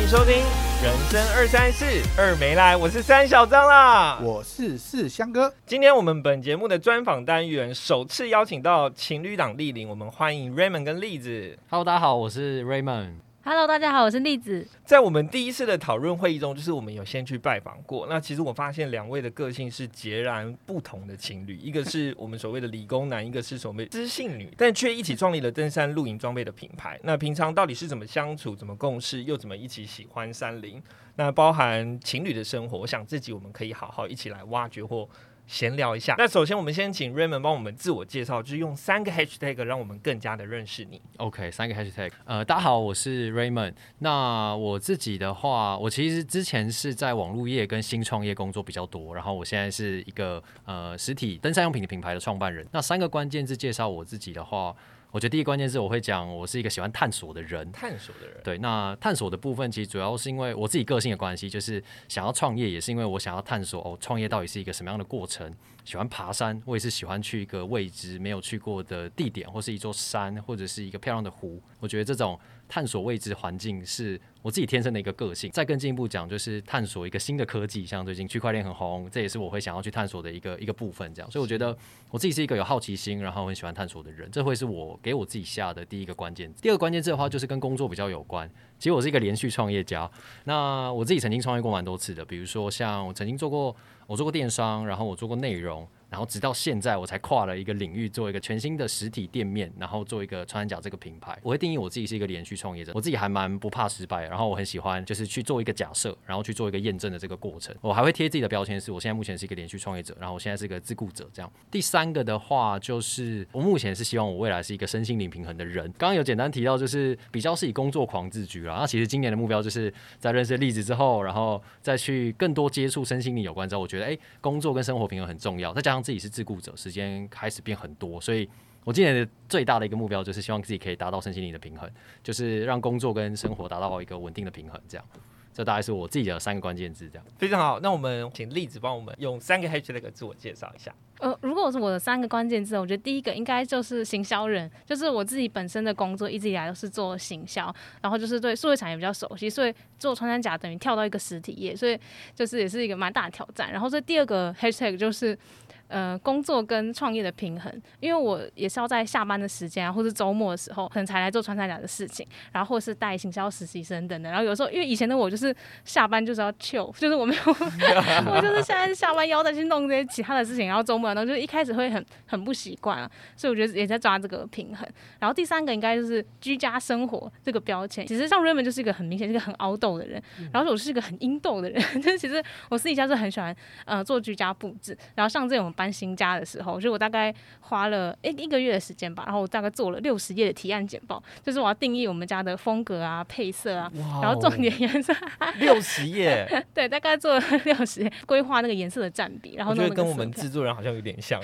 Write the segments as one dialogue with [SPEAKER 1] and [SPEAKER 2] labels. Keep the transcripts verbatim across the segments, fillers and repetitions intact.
[SPEAKER 1] 收听人生二三四，二没来，我是三小张啦，
[SPEAKER 2] 我是四香哥。
[SPEAKER 1] 今天我们本节目的专访单元首次邀请到情侣档莅临，我们欢迎 Raymond 跟栗子。
[SPEAKER 3] Hello， 大家好，我是 Raymond。Hello，
[SPEAKER 4] 大家好，我是栗子。
[SPEAKER 1] 在我们第一次的讨论会议中，就是我们有先去拜访过。那其实我发现两位的个性是截然不同的情侣，一个是我们所谓的理工男，一个是所谓知性女，但却一起创立了登山露营装备的品牌。那平常到底是怎么相处、怎么共事，又怎么一起喜欢山林？那包含情侣的生活，我想这集我们可以好好一起来挖掘或闲聊一下。那首先我们先请 Raymond 帮我们自我介绍，就是用三个 hashtag 让我们更加的认识你。
[SPEAKER 3] OK， 三个 hashtag。 呃，大家好，我是 Raymond。那我自己的话，我其实之前是在网络业跟新创业工作比较多，然后我现在是一个呃实体登山用品的品牌的创办人。那三个关键字介绍我自己的话，我觉得第一个关键字我会讲，我是一个喜欢探索的人。
[SPEAKER 1] 探索的人，
[SPEAKER 3] 对。那探索的部分其实主要是因为我自己个性的关系，就是想要创业，也是因为我想要探索哦，创业到底是一个什么样的过程。喜欢爬山，我也是喜欢去一个未知没有去过的地点，或是一座山，或者是一个漂亮的湖。我觉得这种探索未知环境是我自己天生的一个个性。再更进一步讲，就是探索一个新的科技，像最近区块链很红，这也是我会想要去探索的一个一个部分。这样，所以我觉得我自己是一个有好奇心，然后很喜欢探索的人。这会是我给我自己下的第一个关键字。第二个关键字的话，就是跟工作比较有关。其实我是一个连续创业家，那我自己曾经创业过蛮多次的，比如说像我曾经做过，我做过电商，然后我做过内容。然后直到现在我才跨了一个领域，做一个全新的实体店面，然后做一个穿山甲这个品牌。我会定义我自己是一个连续创业者，我自己还蛮不怕失败，然后我很喜欢就是去做一个假设，然后去做一个验证的这个过程。我还会贴自己的标签，是我现在目前是一个连续创业者，然后我现在是一个自雇者这样。第三个的话就是我目前是希望我未来是一个身心灵平衡的人。刚刚有简单提到就是比较是以工作狂自居啦，那其实今年的目标就是在认识栗子之后，然后再去更多接触身心灵有关之后，我觉得哎，工作跟生活平衡很重要，再加上自己是自雇者，时间开始变很多，所以我今年的最大的一个目标就是希望自己可以达到身心灵的平衡，就是让工作跟生活达到一个稳定的平衡，这样。这大概是我自己的三个关键字，这样。
[SPEAKER 1] 非常好，那我们请栗子帮我们用三个 hashtag 自我介绍一下。
[SPEAKER 4] 呃，如果是我的三个关键字，我觉得第一个应该就是行销人，就是我自己本身的工作一直以来都是做行销，然后就是对数位产业比较熟悉，所以做穿山甲等于跳到一个实体业，所以就是也是一个蛮大的挑战。然后所以第二个 hashtag 就是呃，工作跟创业的平衡，因为我也是要在下班的时间啊，或是周末的时候，可能才来做穿山甲的事情，然后或是带行销实习生等等。然后有时候，因为以前的我就是下班就是要 chill， 就是我没有，我就是现在下班要再去弄这些其他的事情，然后周末，然后就一开始会很很不习惯啊，所以我觉得也在抓这个平衡。然后第三个应该就是居家生活这个标签，其实像 Raymond 就是一个很明显是一个很凹豆的人，然后我是一个很阴豆的人，就是其实我私底下是很喜欢呃做居家布置，然后像这种搬新家的时候，就我大概花了一一个月的时间吧，然后我大概做了六十页的提案简报，就是我要定义我们家的风格啊、配色啊，然后重点颜色，
[SPEAKER 1] 六十页，
[SPEAKER 4] 对，大概做了六十页，规划那个颜色的占比，然后
[SPEAKER 1] 我觉得跟我们制作人好像有点像，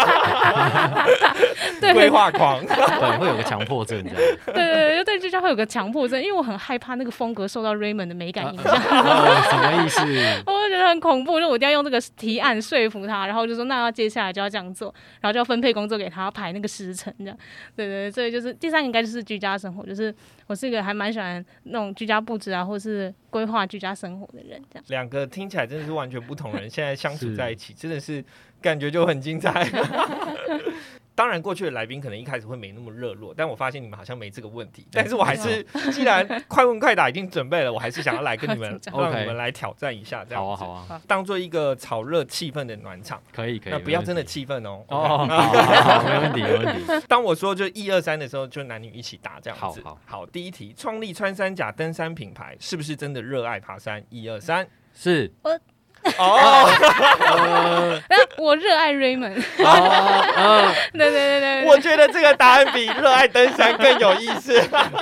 [SPEAKER 4] 对，
[SPEAKER 1] 规划狂，
[SPEAKER 3] 对，会有个强迫症这样。
[SPEAKER 4] 对对对，就对居家会有个强迫症，因为我很害怕那个风格受到 Raymond 的美感影响。
[SPEAKER 3] 哦，什么意思？
[SPEAKER 4] 我就觉得很恐怖，就我一定要用这个提案说服他，然后就说那要接下来就要这样做，然后就要分配工作给他，排那个时程这样。对对对，所以就是第三个应该就是居家生活，就是我是一个还蛮喜欢那种居家布置啊，或是规划居家生活的人这样。
[SPEAKER 1] 两个听起来真的是完全不同人，现在相处在一起真的是感觉就很精彩。当然过去的来宾可能一开始会没那么热络，但我发现你们好像没这个问题，但是我还是既然快问快答已经准备了，我还是想要来跟你们让你们来挑战一下这样子。
[SPEAKER 3] 好啊好啊，
[SPEAKER 1] 当做一个炒热气氛的暖场。
[SPEAKER 3] 可以可以，
[SPEAKER 1] 那不要真的气氛哦。
[SPEAKER 3] 哦，好，没问题没问题。
[SPEAKER 1] 当我说就一二三的时候，就男女一起答这样子。
[SPEAKER 3] 好好
[SPEAKER 1] 好，第一题，创立穿山甲登山品牌，是不是真的热爱爬山？一二三，
[SPEAKER 3] 是。
[SPEAKER 4] 我
[SPEAKER 1] 哦，
[SPEAKER 4] 我热爱 Raymond。哦，对对对对，
[SPEAKER 1] 我觉得这个答案比热爱登山更有意思。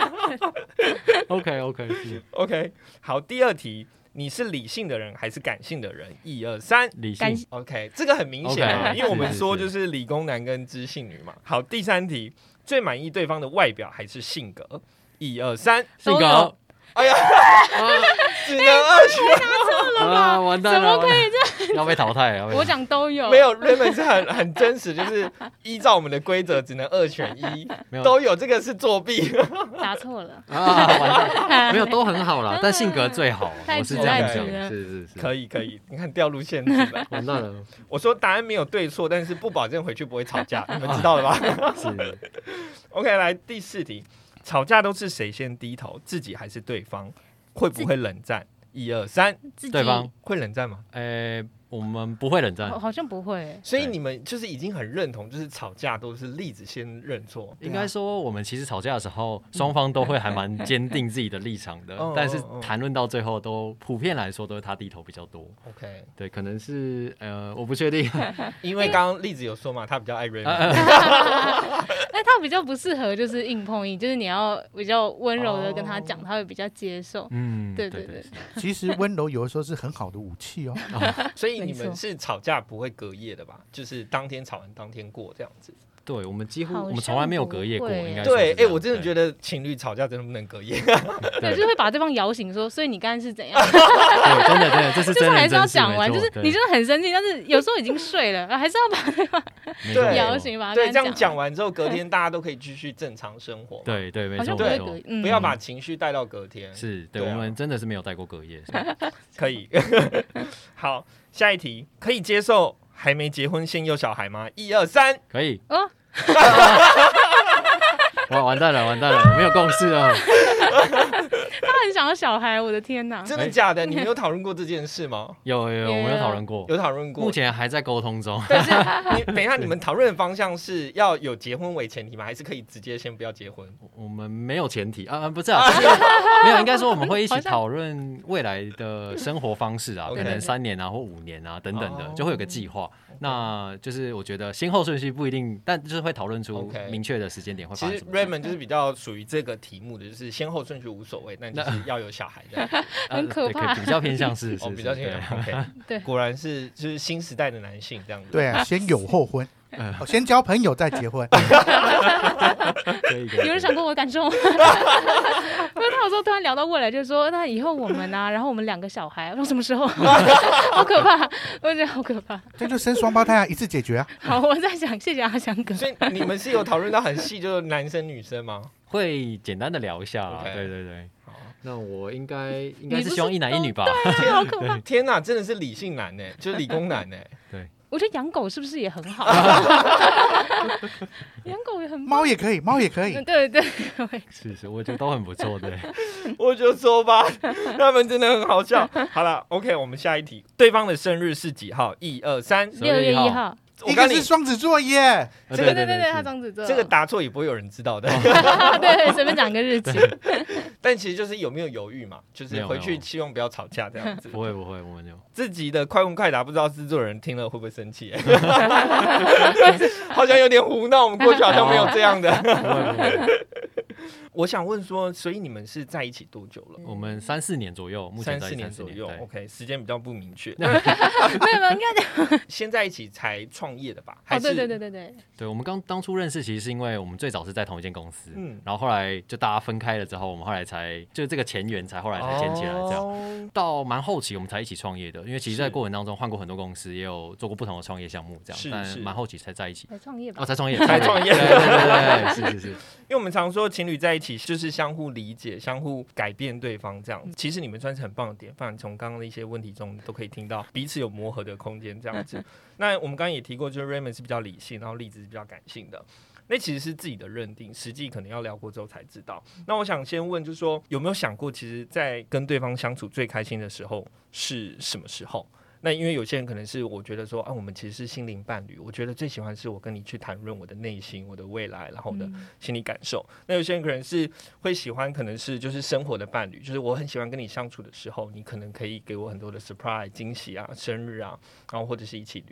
[SPEAKER 3] OK OK
[SPEAKER 1] OK， 好，第二题，你是理性的人还是感性的人？一二三，
[SPEAKER 3] 理性。
[SPEAKER 1] OK， 这个很明显啊，
[SPEAKER 3] okay,
[SPEAKER 1] 因为我们说就是理工男跟知性女嘛。好，第三题，最满意对方的外表还是性格？一二三，
[SPEAKER 3] 性格。
[SPEAKER 1] 哎呀，只能二选。
[SPEAKER 3] 啊，完蛋了，
[SPEAKER 4] 怎么可以这
[SPEAKER 3] 样？要被淘汰了。
[SPEAKER 4] 我讲都有，
[SPEAKER 1] 没有 Raymond 是很很真实，就是依照我们的规则只能二选一，都有，这个是作弊。
[SPEAKER 4] 答错了
[SPEAKER 3] 啊，完蛋，没有都很好啦，但性格最好，我是这样讲，是是是，
[SPEAKER 1] 可以可以，你看掉入陷阱了，
[SPEAKER 3] 完蛋了。
[SPEAKER 1] 我说答案没有对错，但是不保证回去不会吵架，你们知道了吧？
[SPEAKER 3] 是。
[SPEAKER 1] OK， 来第四题，吵架都是谁先低头，自己还是对方？会不会冷战？一二三，
[SPEAKER 3] 对方
[SPEAKER 1] 会冷战吗？
[SPEAKER 3] 呃、欸，我们不会冷战，
[SPEAKER 4] 好像不会。
[SPEAKER 1] 所以你们就是已经很认同，就是吵架都是栗子先认错。
[SPEAKER 3] 应该说，我们其实吵架的时候，双方都会还蛮坚定自己的立场的，
[SPEAKER 1] 嗯、
[SPEAKER 3] 但是谈论到最后都，都普遍来说都是他低头比较多。
[SPEAKER 1] OK，
[SPEAKER 3] 对，可能是呃，我不确定，
[SPEAKER 1] 因为刚刚栗子有说嘛，他比较爱 Raymond。
[SPEAKER 4] 但他比较不适合就是硬碰硬，就是你要比较温柔的跟他讲， oh. 他会比较接受。
[SPEAKER 3] 嗯，
[SPEAKER 4] 对对对。
[SPEAKER 2] 其实温柔有的时候是很好的武器哦。
[SPEAKER 1] 所以你们是吵架不会隔夜的吧？就是当天吵完当天过这样子。
[SPEAKER 3] 对，我们几乎我们从来没有隔夜过，应该
[SPEAKER 1] 对，哎、欸，我真的觉得情侣吵架真的不能隔夜。
[SPEAKER 4] 对，就是会把对方摇醒，说，所以你刚才是怎样？
[SPEAKER 3] 对，真的真的，这是真的，
[SPEAKER 4] 就是还是要讲完，就是你真的很生气，但是有时候已经睡了，还是要把对方摇醒，把
[SPEAKER 1] 对，这样讲完之后，隔天大家都可以继续正常生活。
[SPEAKER 3] 对对，没错
[SPEAKER 1] 没
[SPEAKER 3] 错，
[SPEAKER 1] 不要把情绪带到隔天。
[SPEAKER 3] 是对，我们真的是没有带过隔夜，
[SPEAKER 1] 可以。好，下一题，可以接受还没结婚先有小孩吗？一二三，
[SPEAKER 3] 可以。哦哇，完蛋了，完蛋了，没有共识了。
[SPEAKER 4] 他很想要小孩，我的天哪！
[SPEAKER 1] 真的假的？你们有讨论过这件事吗？
[SPEAKER 3] 有有有，我们有讨论过，
[SPEAKER 1] 有讨论过，
[SPEAKER 3] 目前还在沟通中。
[SPEAKER 1] 但是你等一下，你们讨论的方向是要有结婚为前提吗？还是可以直接先不要结婚？
[SPEAKER 3] 我们没有前提啊，不是啊，没有，应该说我们会一起讨论未来的生活方式啊，可能三年啊或五年啊等等的，就会有个计划。那就是我觉得先后顺序不一定，但就是会讨论出明确的时间点会发生什么。
[SPEAKER 1] 其实 Raymond 就是比较属于这个题目的，就是先后顺序无所谓，但就是要有小孩的，
[SPEAKER 4] 很可怕，
[SPEAKER 3] 比较偏向是，
[SPEAKER 1] 哦，比较偏向 OK， 对，果然是就是新时代的男性这样子。
[SPEAKER 2] 对啊，先有后婚。哦、先交朋友再结婚。
[SPEAKER 3] 可以可以，
[SPEAKER 4] 有人想过我的感受吗？因为他有时候突然聊到未来，就是说那以后我们啊，然后我们两个小孩，我说什么时候？好可怕，我觉得好可怕。
[SPEAKER 2] 这就生双胞胎啊，一次解决啊。
[SPEAKER 4] 好，我在想，谢谢阿翔哥。
[SPEAKER 1] 所以你们是有讨论到很细，就是男生女生吗？
[SPEAKER 3] 会简单的聊一下啦。Okay. 对对对。那我应该应该是希望一男一女吧？
[SPEAKER 4] 对，好可怕！
[SPEAKER 1] 天哪，真的是理性男呢，就是理工男呢。
[SPEAKER 3] 对。
[SPEAKER 4] 我觉得养狗是不是也很好？养狗也很，
[SPEAKER 2] 猫也可以，猫也可以。
[SPEAKER 4] 对对，
[SPEAKER 3] 是是，我觉得都很不错的。
[SPEAKER 1] 我就说吧，他们真的很好笑。好了 ，OK， 我们下一题，对方的生日是几号？一二三，
[SPEAKER 4] 六月一号。
[SPEAKER 2] 一个是双子座耶，
[SPEAKER 4] 这个对对对，他双子座，
[SPEAKER 1] 这个答错也不会有人知道的。
[SPEAKER 4] 对对，随便讲个日期。
[SPEAKER 1] 但其实就是有没有犹豫嘛，就是回去希望不要吵架这样子。
[SPEAKER 3] 不会不会，我们就
[SPEAKER 1] 自己的快问快答，不知道制作人听了会不会生气？好像有点胡闹，我们过去好像没有这样的。我想问说，所以你们是在一起多久了？
[SPEAKER 3] 我们三四年左右，目前
[SPEAKER 1] 三四年左右。OK， 时间比较不明确。
[SPEAKER 4] 没有没有，应该
[SPEAKER 1] 先在一起才创业的吧？还是
[SPEAKER 4] 对对对对对。
[SPEAKER 3] 对，我们刚当初认识，其实是因为我们最早是在同一间公司，嗯，然后后来就大家分开了之后，我们后来才就是这个前缘才后来才牵起来，这样、哦、到蛮后期我们才一起创业的，因为其实在过程当中换过很多公司，也有做过不同的创业项目，这样，但蛮后期才在一起。
[SPEAKER 4] 才创业吧？
[SPEAKER 3] 哦，才创业，
[SPEAKER 1] 才创业，
[SPEAKER 3] 对对对对，是是是。
[SPEAKER 1] 因为我们常说情侣在一起就是相互理解、相互改变对方这样。其实你们算是很棒的典范，从刚刚的一些问题中都可以听到彼此有磨合的空间这样子。那我们刚刚也提过，就是 Raymond 是比较理性，然后栗子是比较感性的。那其实是自己的认定，实际可能要聊过之后才知道。那我想先问，就是说有没有想过，其实在跟对方相处最开心的时候是什么时候？那因为有些人可能是我觉得说啊，我们其实是心灵伴侣，我觉得最喜欢是我跟你去谈论我的内心、我的未来，然后我的心理感受。嗯、那有些人可能是会喜欢，可能是就是生活的伴侣，就是我很喜欢跟你相处的时候，你可能可以给我很多的 surprise 惊喜啊、生日啊，然后或者是一起旅游。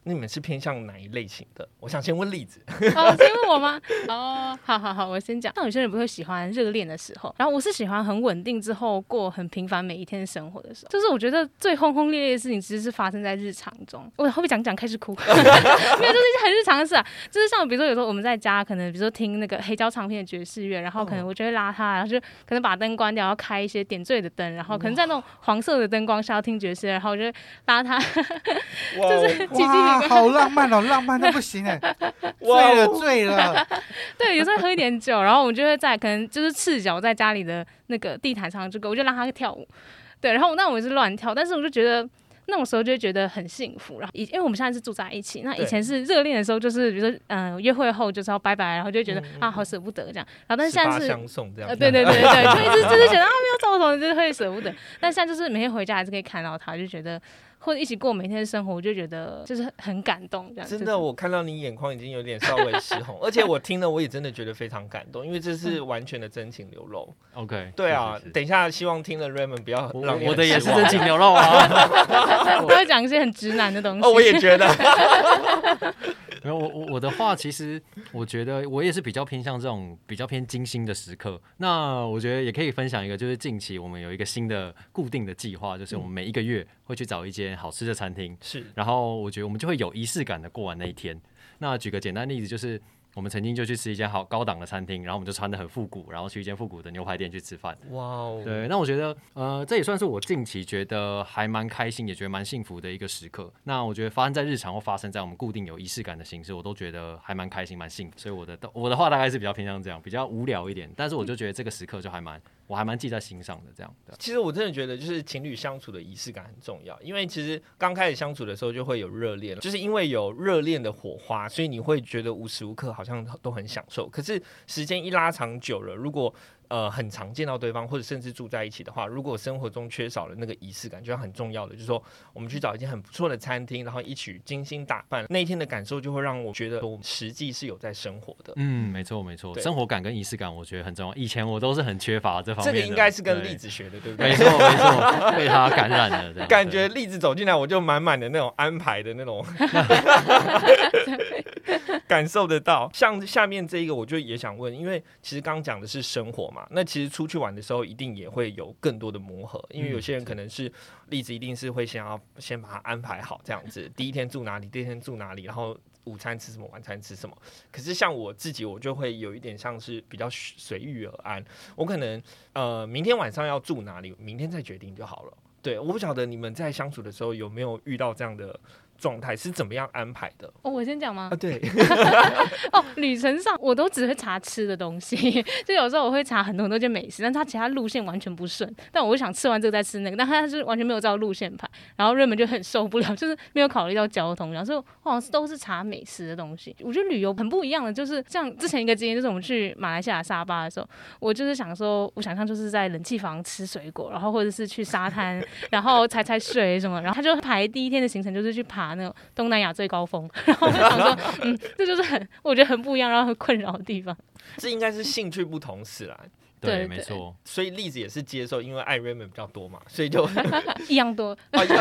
[SPEAKER 1] 那你们是偏向哪一类型的？我想先问栗子。
[SPEAKER 4] 哦，先问我吗？哦，好好好，我先讲。像有些人不会喜欢热恋的时候，然后我是喜欢很稳定之后过很平凡每一天生活的时候。就是我觉得最轰轰烈烈的事情，其实是发生在日常中。我会不会讲讲开始哭？没有，就是一些很日常的事啊。就是像比如说有时候我们在家，可能比如说听那个黑胶唱片的爵士乐，然后可能我就会拉它，然后就可能把灯关掉，然后开一些点缀的灯，然后可能在那种黄色的灯光下听爵士乐，然后我就拉它，就是起鸡皮疙瘩。
[SPEAKER 2] 好浪漫哦，浪漫到不行哎，醉了醉了。
[SPEAKER 4] 对，有时候喝一点酒，然后我们就会在可能就是赤脚在家里的那个地毯上，这个我就让他跳舞。对，然后那我也是乱跳，但是我就觉得那种时候就会觉得很幸福。然后因为我们现在是住在一起，那以前是热恋的时候，就是比如说嗯、呃、约会后就是要拜拜，然后就会觉得、嗯嗯、啊好舍不得这样。然后但是现在是
[SPEAKER 1] 相送这样、
[SPEAKER 4] 呃，对对对对对，就一直就是觉得啊没有走什么，就是会舍不得。但现在就是每天回家还是可以看到他，就觉得。或者一起过每天的生活，我就觉得就是很感动，这样。
[SPEAKER 1] 真的，就是、我看到你眼眶已经有点稍微失红，而且我听了，我也真的觉得非常感动，因为这是完全的真情流露。
[SPEAKER 3] OK，
[SPEAKER 1] 对啊，
[SPEAKER 3] 是是是等
[SPEAKER 1] 一下希望听了 Raymond 不要让你
[SPEAKER 3] 我的也是真情流露啊，
[SPEAKER 4] 我会讲一些很直男的东西。
[SPEAKER 1] 哦，我也觉得。
[SPEAKER 3] 没有我我我的话，其实我觉得我也是比较偏向这种比较偏精心的时刻。那我觉得也可以分享一个，就是近期我们有一个新的固定的计划，就是我们每一个月会去找一间好吃的餐厅，
[SPEAKER 1] 是，
[SPEAKER 3] 然后我觉得我们就会有仪式感的过完那一天。那举个简单例子，就是我们曾经就去吃一间好高档的餐厅，然后我们就穿得很复古，然后去一间复古的牛排店去吃饭。
[SPEAKER 1] 哇哦！
[SPEAKER 3] 对，那我觉得，呃，这也算是我近期觉得还蛮开心，也觉得蛮幸福的一个时刻。那我觉得发生在日常或发生在我们固定有仪式感的形式，我都觉得还蛮开心、蛮幸福。所以我的我的话大概是比较偏向这样，比较无聊一点，但是我就觉得这个时刻就还蛮。我还蛮记在心上的，这样。
[SPEAKER 1] 其实我真的觉得，就是情侣相处的仪式感很重要，因为其实刚开始相处的时候就会有热恋，就是因为有热恋的火花，所以你会觉得无时无刻好像都很享受。可是时间一拉长久了，如果呃很常见到对方，或者甚至住在一起的话，如果生活中缺少了那个仪式感，就很重要的，就是说我们去找一间很不错的餐厅，然后一起精心打扮，那一天的感受就会让我觉得我们实际是有在生活的。
[SPEAKER 3] 嗯，没错没错，生活感跟仪式感我觉得很重要。以前我都是很缺乏这方面的，
[SPEAKER 1] 这个应该是跟栗子学的，对不对？
[SPEAKER 3] 没错没错，被他感染了。
[SPEAKER 1] 感觉栗子走进来，我就满满的那种安排的那种感受得到。像下面这一个，我就也想问，因为其实刚讲的是生活嘛，那其实出去玩的时候一定也会有更多的磨合，因为有些人可能是栗子一定是会想要先把它安排好这样子，第一天住哪里，第二天住哪里，然后午餐吃什么，晚餐吃什么。可是像我自己，我就会有一点像是比较随遇而安，我可能呃明天晚上要住哪里，明天再决定就好了。对，我不晓得你们在相处的时候有没有遇到这样的状态，是怎么样安排的？
[SPEAKER 4] 哦，我先讲吗？
[SPEAKER 1] 啊，对。
[SPEAKER 4] 哦，旅程上我都只会查吃的东西，就有时候我会查很多很多间美食，但他其他路线完全不顺，但我想吃完这个再吃那个，但他是完全没有照路线排，然后瑞文就很受不了，就是没有考虑到交通，然后所以我好像都是查美食的东西。我觉得旅游很不一样的，就是像之前一个经验，就是我们去马来西亚沙巴的时候，我就是想说，我想象就是在冷气房吃水果，然后或者是去沙滩，然后踩踩水什么，然后他就排第一天的行程就是去爬那种东南亚最高峰，然后我就想说，嗯，这就是很我觉得很不一样，然后很困扰的地方。
[SPEAKER 1] 这应该是兴趣不同时啦。
[SPEAKER 3] 对，对没错。
[SPEAKER 1] 所以栗子也是接受，因为爱 Raymond 比较多嘛，所以就
[SPEAKER 4] 一样多。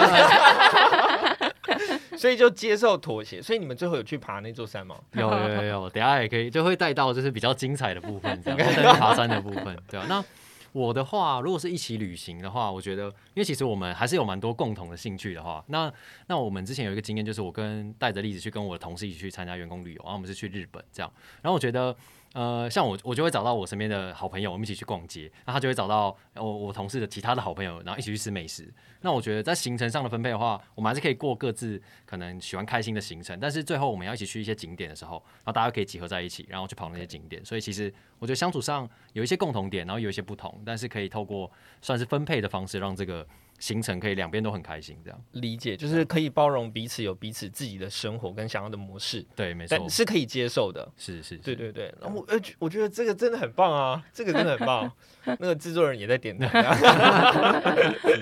[SPEAKER 1] 所以就接受妥协。所以你们最后有去爬那座山吗？
[SPEAKER 3] 有有有有，等一下也可以就会带到就是比较精彩的部分，这样就在爬山的部分，对啊。那我的话，如果是一起旅行的话，我觉得，因为其实我们还是有蛮多共同的兴趣的话，那那我们之前有一个经验，就是我跟带着栗子去跟我的同事一起去参加员工旅游，然后我们是去日本这样，然后我觉得。呃，像我，我就会找到我身边的好朋友，我们一起去逛街，那他就会找到我我同事的其他的好朋友，然后一起去吃美食。那我觉得在行程上的分配的话，我们还是可以过各自可能喜欢开心的行程，但是最后我们要一起去一些景点的时候，然后大家可以集合在一起，然后去跑那些景点。所以其实我觉得相处上有一些共同点，然后有一些不同，但是可以透过算是分配的方式，让这个行程可以两边都很开心，这样
[SPEAKER 1] 理解就是可以包容彼此有彼此自己的生活跟想要的模式，
[SPEAKER 3] 对，没错，
[SPEAKER 1] 但是可以接受的，
[SPEAKER 3] 是是，
[SPEAKER 1] 对对对。然后我我觉得这个真的很棒啊，这个真的很棒。那个制作人也在点头。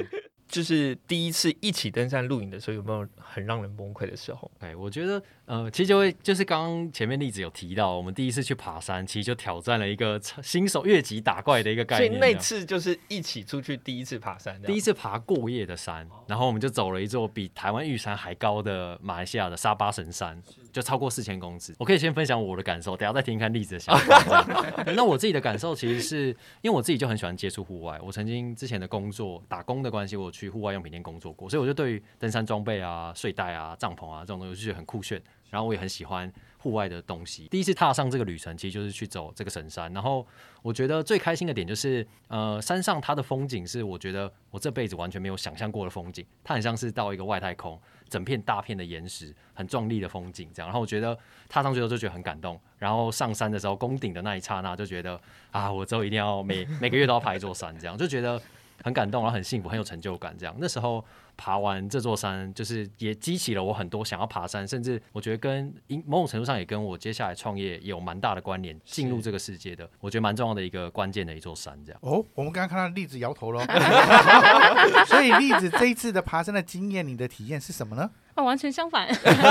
[SPEAKER 1] 就是第一次一起登山露营的时候，有没有很让人崩溃的时候？
[SPEAKER 3] 哎，我觉得呃，其实就会就是刚刚前面例子有提到，我们第一次去爬山，其实就挑战了一个新手越级打怪的一个概念。
[SPEAKER 1] 所以那次就是一起出去第一次爬山，
[SPEAKER 3] 第一次爬过夜的山，然后我们就走了一座比台湾玉山还高的马来西亚的沙巴神山，就超过四千公尺。我可以先分享我的感受，等一下再听听看例子的想法。那我自己的感受其实是因为我自己就很喜欢接触户外，我曾经之前的工作打工的关系，我去户外用品店工作过，所以我就对于登山装备啊、睡袋啊、帐篷啊这种东西就觉得很酷炫，然后我也很喜欢户外的东西。第一次踏上这个旅程，其实就是去走这个神山，然后我觉得最开心的点就是，呃，山上它的风景是我觉得我这辈子完全没有想象过的风景，它很像是到一个外太空，整片大片的岩石，很壮丽的风景这样。然后我觉得踏上去之后就觉得很感动，然后上山的时候攻顶的那一刹那就觉得啊，我之后一定要每每个月都要爬一座山，这样就觉得很感动，然后很幸福，很有成就感这样。那时候爬完这座山，就是也激起了我很多想要爬山，甚至我觉得跟某种程度上也跟我接下来创业有蛮大的关联，进入这个世界的，我觉得蛮重要的一个关键的一座山这样。
[SPEAKER 2] 哦，我们刚刚看到栗子摇头了，所以栗子这一次的爬山的经验，你的体验是什么呢？
[SPEAKER 4] 哦，完全相反，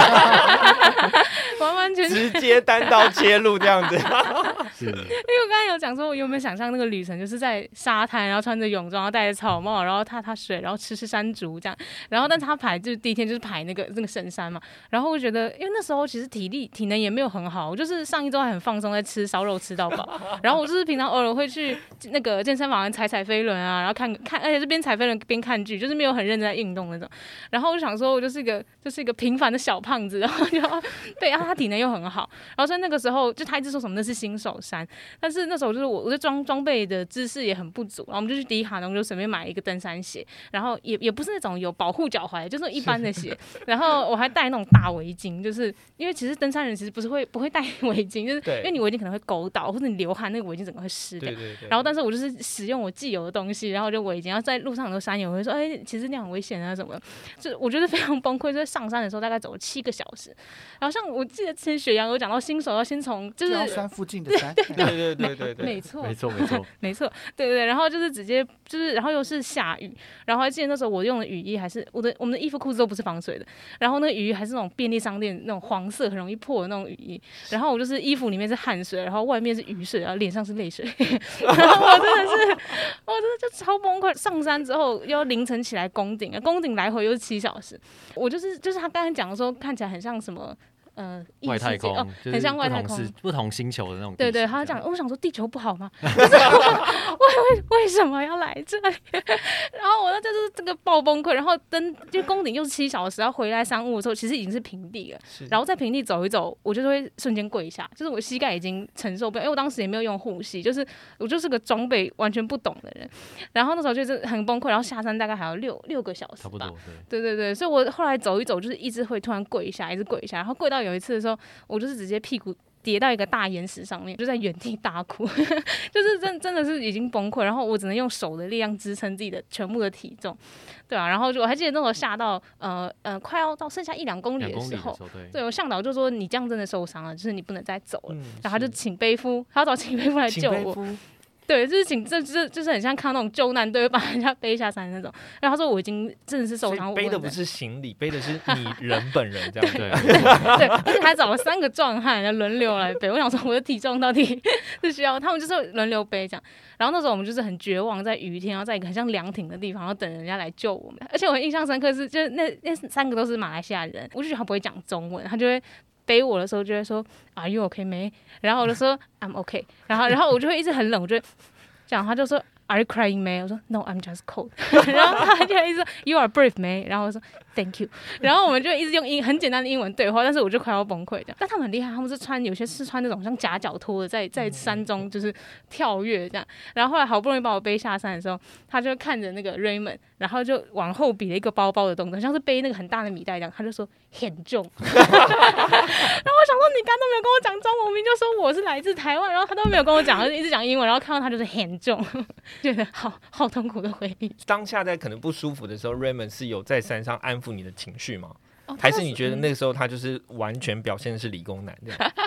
[SPEAKER 4] 完完全
[SPEAKER 1] 直接单刀切入这样子。
[SPEAKER 4] 因为我刚才有讲说，我有没有想象那个旅程就是在沙滩，然后穿着泳装，然后戴着草帽，然后踏踏水，然后吃吃山竹这样。然后，但他排就是第一天就是排那个那个神山嘛。然后我觉得，因为那时候其实体力体能也没有很好，我就是上一周还很放松，在吃烧肉吃到饱。然后我就是平常偶尔会去那个健身房踩踩飞轮啊，然后看看，而且是边踩飞轮边看剧，就是没有很认真在运动那种。然后我就想说，我就是一个就是一个平凡的小胖子，然后就对啊，他体能又很好。然后所以那个时候就他一直说什么那是新手山，但是那时候就是我我的装装备的知识也很不足，然后我们就去迪卡侬就随便买一个登山鞋，然后也也不是那种有保护脚踝，就是一般的鞋。然后我还戴那种大围巾，就是因为其实登山人其实不是会不会戴围巾，就是因为你围巾可能会勾到，或者你流汗那个围巾整个会湿掉。
[SPEAKER 1] 对对对。
[SPEAKER 4] 然后但是我就是使用我既有的东西，然后就围巾，然后在路上很多山友会说，哎、欸，其实那样很危险啊什么的，就我觉得非常崩溃。就是上山的时候大概走了七个小时，然后像我记得之前雪阳有讲到，新手要先从就是
[SPEAKER 2] 高山附近的山，
[SPEAKER 1] 对对对对对，
[SPEAKER 4] 没错
[SPEAKER 3] 没错没错
[SPEAKER 4] 没错，对对对，然后就是直接就是，然后又是下雨，然后还记得那时候我用的雨衣还是我的我们的衣服裤子都不是防水的，然后那个雨衣还是那种便利商店那种黄色很容易破的那种雨衣，然后我就是衣服里面是汗水，然后外面是雨水，然后脸上是泪水，然后我真的是我真的就超崩溃。上山之后要凌晨起来攻顶，攻顶来回又是七小时，我就是就是他刚才讲的时候看起来很像什么。呃，
[SPEAKER 3] 外太空、哦、
[SPEAKER 4] 很像外太空，
[SPEAKER 3] 不同星球的那种。
[SPEAKER 4] 对对，他讲，我想说地球不好吗？就是我为为什么要来这里？然后我那就是这个爆崩溃，然后登就攻顶又是七小时，然后回来山屋的时候，其实已经是平地了。然后在平地走一走，我就是会瞬间跪下，就是我膝盖已经承受不了，因为我当时也没有用护膝，就是我就是个装备完全不懂的人。然后那时候就是很崩溃，然后下山大概还要六六个小时吧，
[SPEAKER 3] 差不多。
[SPEAKER 4] 对对对，所以我后来走一走，就是一直会突然跪下，一直跪下，然后跪到有一次的时候，我就是直接屁股跌到一个大岩石上面，就在原地大哭，就是真真的是已经崩溃，然后我只能用手的力量支撑自己的全部的体重，对啊，然后就我还记得那时候下到呃呃快要到剩下一两公里的时候，对, 对我向导就说你这样真的受伤了，就是你不能再走了，嗯、然后他就请背夫，他要找请背夫来救我。对，就是请，这就是就是很像看那种救难队会把人家背下山那种。然后他说我已经真的是受伤，
[SPEAKER 1] 背的不是行李，背的是你人本人这样
[SPEAKER 4] 对对对，而且还找了三个壮汉来轮流来背。我想说我的体重到底是需要他们就是轮流背这样。然后那时候我们就是很绝望，在雨天，然后在一个很像凉亭的地方，然后等人家来救我们。而且我印象深刻是，就是那那三个都是马来西亚人，我就觉得他不会讲中文，他就会。背我的时候就会说 Are you okay 没？然后我就说 I'm okay， 然后然后我就会一直很冷，我就这样，他就说 Are you crying 没？我说 No I'm just cold， 然后他就一直说 You are brave 没？然后我说 Thank you， 然后我们就一直用英很简单的英文对话，但是我就快要崩溃这样。但他们很厉害，他们是穿有些是穿那种像夹脚拖的，在在山中就是跳跃这样。然后后来好不容易把我背下山的时候，他就看着那个 Raymond， 然后就往后比了一个包包的动作，像是背那个很大的米袋这样，他就说很重。然后我想说你刚刚都没有跟我讲中文，我明明就说我是来自台湾，然后他都没有跟我讲，一直讲英文，然后看到他就是很重，觉得好好痛苦的回忆。
[SPEAKER 1] 当下在可能不舒服的时候 ，Raymond 是有在山上安抚你的情绪吗？
[SPEAKER 4] 哦、
[SPEAKER 1] 还是你觉得那个时候他就是完全表现的是理工男这样？
[SPEAKER 4] 应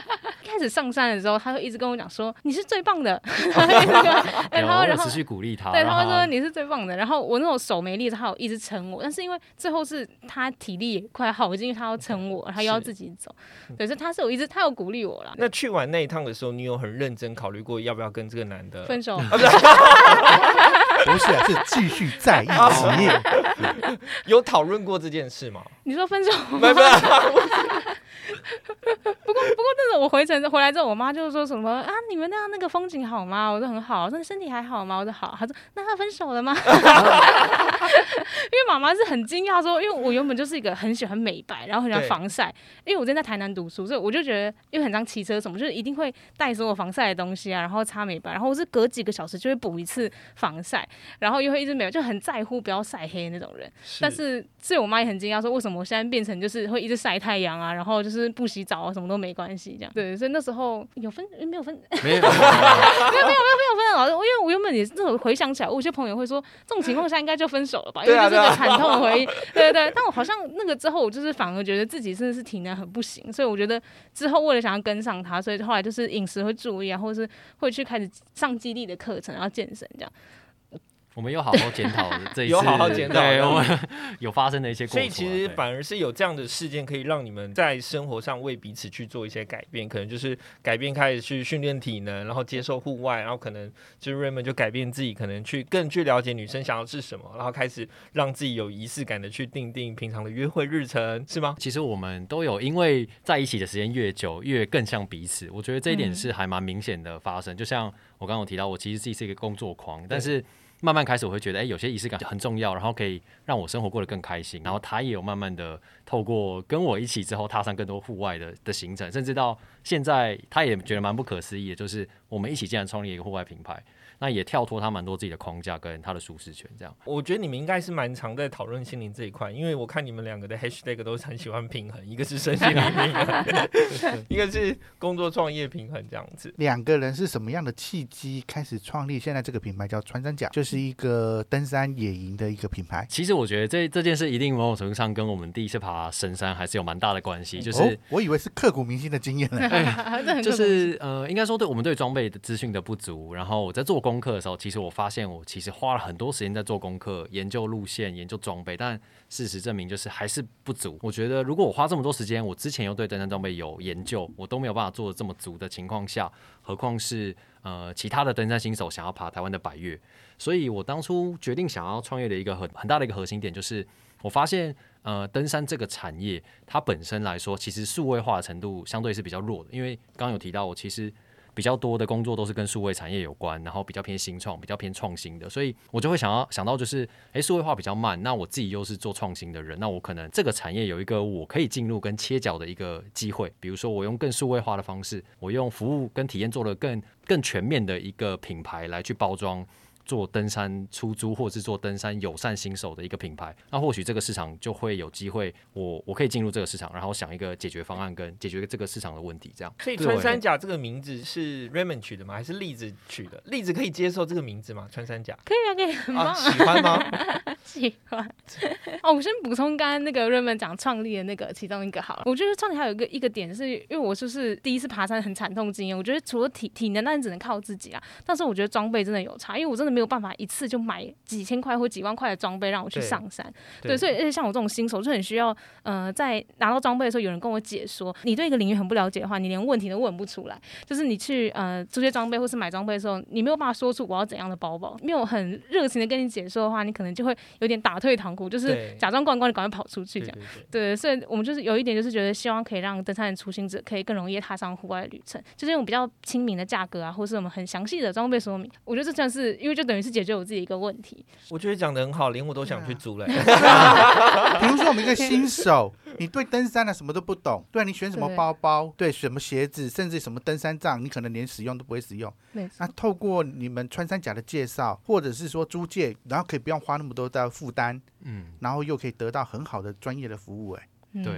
[SPEAKER 4] 开始上山的时候，他会一直跟我讲说你是最棒的，对，他会然后
[SPEAKER 3] 持续鼓励他，
[SPEAKER 4] 对，他会说你是最棒的。然后我那种手没力，他有一直撑我，但是因为最后是他体力也快耗尽，因为他要撑我，他又要自己走，对，所以他是有一直他有鼓励我啦。
[SPEAKER 1] 那去完那一趟的时候，你有很认真考虑过要不要跟这个男的
[SPEAKER 4] 分手？
[SPEAKER 2] 不是，是继续在一起。
[SPEAKER 1] 有讨论过这件事吗？
[SPEAKER 4] 你说分手吗？
[SPEAKER 1] 没有。
[SPEAKER 4] 不过不过，那种我回程回来之后，我妈就说什么啊，你们那样那个风景好吗？我说很好。我说身体还好吗？我说好。她说那他分手了吗？因为妈妈是很惊讶说，因为我原本就是一个很喜欢美白，然后很喜欢防晒。因为我之前在台南读书，所以我就觉得，因为很常骑车什么，就是一定会带所有防晒的东西啊，然后擦美白，然后我是隔几个小时就会补一次防晒，然后又会一直美白，就很在乎不要晒黑那种人。是但是，所以我妈也很惊讶说，为什么我现在变成就是会一直晒太阳啊，然后就是不洗澡啊，什么都没关系这样。对，所以那时候有分没有分？没有没有没有没有没有分老师，因为我原本也是这种回想起来，我有些朋友会说，这种情况下应该就分手了吧，因为就是个惨痛的回忆。对对对，但我好像那个之后，我就是反而觉得自己真的是体能很不行，所以我觉得之后为了想要跟上他，所以后来就是饮食会注意啊，或者是会去开始上肌力的课程，然后健身这样。
[SPEAKER 3] 我们有好好检讨这一次，
[SPEAKER 1] 有好好检讨，
[SPEAKER 3] 对，我们有发生的一些过错，
[SPEAKER 1] 所以其实反而是有这样的事件，可以让你们在生活上为彼此去做一些改变，可能就是改变开始去训练体能，然后接受户外，然后可能就是 Raymond 就改变自己，可能去更去了解女生想要是什么，然后开始让自己有仪式感的去定定平常的约会日程，是吗？
[SPEAKER 3] 其实我们都有，因为在一起的时间越久，越更像彼此。我觉得这一点是还蛮明显的发生。嗯、就像我刚刚有提到，我其实自己是一个工作狂，但是慢慢开始我会觉得，哎、欸，有些仪式感很重要，然后可以让我生活过得更开心。然后他也有慢慢的透过跟我一起之后，踏上更多户外的的行程，甚至到现在，他也觉得蛮不可思议的，就是我们一起竟然创立一个户外品牌。那也跳脱他蛮多自己的框架跟他的舒适圈，这样。
[SPEAKER 1] 我觉得你们应该是蛮常在讨论心灵这一块，因为我看你们两个的 hashtag 都是很喜欢平衡，一个是身心灵平衡，一个是工作创业平衡这样子。
[SPEAKER 2] 两个人是什么样的契机开始创立现在这个品牌叫穿山甲，就是一个登山野营的一个品牌？
[SPEAKER 3] 其实我觉得这这件事一定某种程度上跟我们第一次爬深山还是有蛮大的关系，就是、
[SPEAKER 2] 哦、我以为是刻骨铭心的经验呢、
[SPEAKER 3] 欸，就是呃，应该说对我们对装备的资讯的不足，然后我在做工功课的时候，其实我发现我其实花了很多时间在做功课，研究路线，研究装备，但事实证明就是还是不足。我觉得如果我花这么多时间，我之前又对登山装备有研究，我都没有办法做得这么足的情况下，何况是呃其他的登山新手想要爬台湾的百岳。所以我当初决定想要创业的一个很很大的一个核心点，就是我发现呃登山这个产业它本身来说，其实数位化的程度相对是比较弱的，因为刚刚有提到我其实比较多的工作都是跟数位产业有关，然后比较偏新创，比较偏创新的，所以我就会想要想到就是，哎，数位化比较慢，那我自己又是做创新的人，那我可能这个产业有一个我可以进入跟切角的一个机会，比如说我用更数位化的方式，我用服务跟体验做了更更全面的一个品牌来去包装。做登山出租或是做登山友善新手的一个品牌，那或许这个市场就会有机会我，我可以进入这个市场，然后想一个解决方案跟解决这个市场的问题，这样。
[SPEAKER 1] 所以穿山甲这个名字是 Raymond 取的吗？还是栗子取的？栗子可以接受这个名字吗？穿山甲
[SPEAKER 4] 可以啊，可以，很棒、啊
[SPEAKER 1] 啊。喜欢吗？
[SPEAKER 4] 喜欢。哦，我先补充刚刚那个 Raymond 讲创立的那个其中一个好了。我觉得创立还有一个一个点，就是因为我就是第一次爬山很惨痛经验，我觉得除了体体能，那你只能靠自己啊。但是我觉得装备真的有差，因为我真的没有办法一次就买几千块或几万块的装备让我去上山。对，对所以而且像我这种新手就很需要，呃，在拿到装备的时候有人跟我解说。你对一个领域很不了解的话，你连问题都问不出来。就是你去呃租借装备或是买装备的时候，你没有办法说出我要怎样的包包，没有很热情的跟你解说的话，你可能就会有点打退堂鼓，就是假装逛逛就赶快跑出去这样。对, 对, 对, 对，所以我们就是有一点就是觉得希望可以让登山的初心者可以更容易踏上户外的旅程，就是用比较亲民的价格啊，或是我们很详细的装备说明。我觉得这算是因为就等于是解决我自己一个问题。
[SPEAKER 1] 我觉得讲得很好，连我都想去租了。
[SPEAKER 2] 比如说我们一个新手，你对登山的什么都不懂，对你选什么包包，对什么鞋子，甚至什么登山杖，你可能连使用都不会使用。那透过你们穿山甲的介绍，或者是说租借，然后可以不用花那么多的负担，嗯，然后又可以得到很好的专业的服务、欸，
[SPEAKER 3] 对，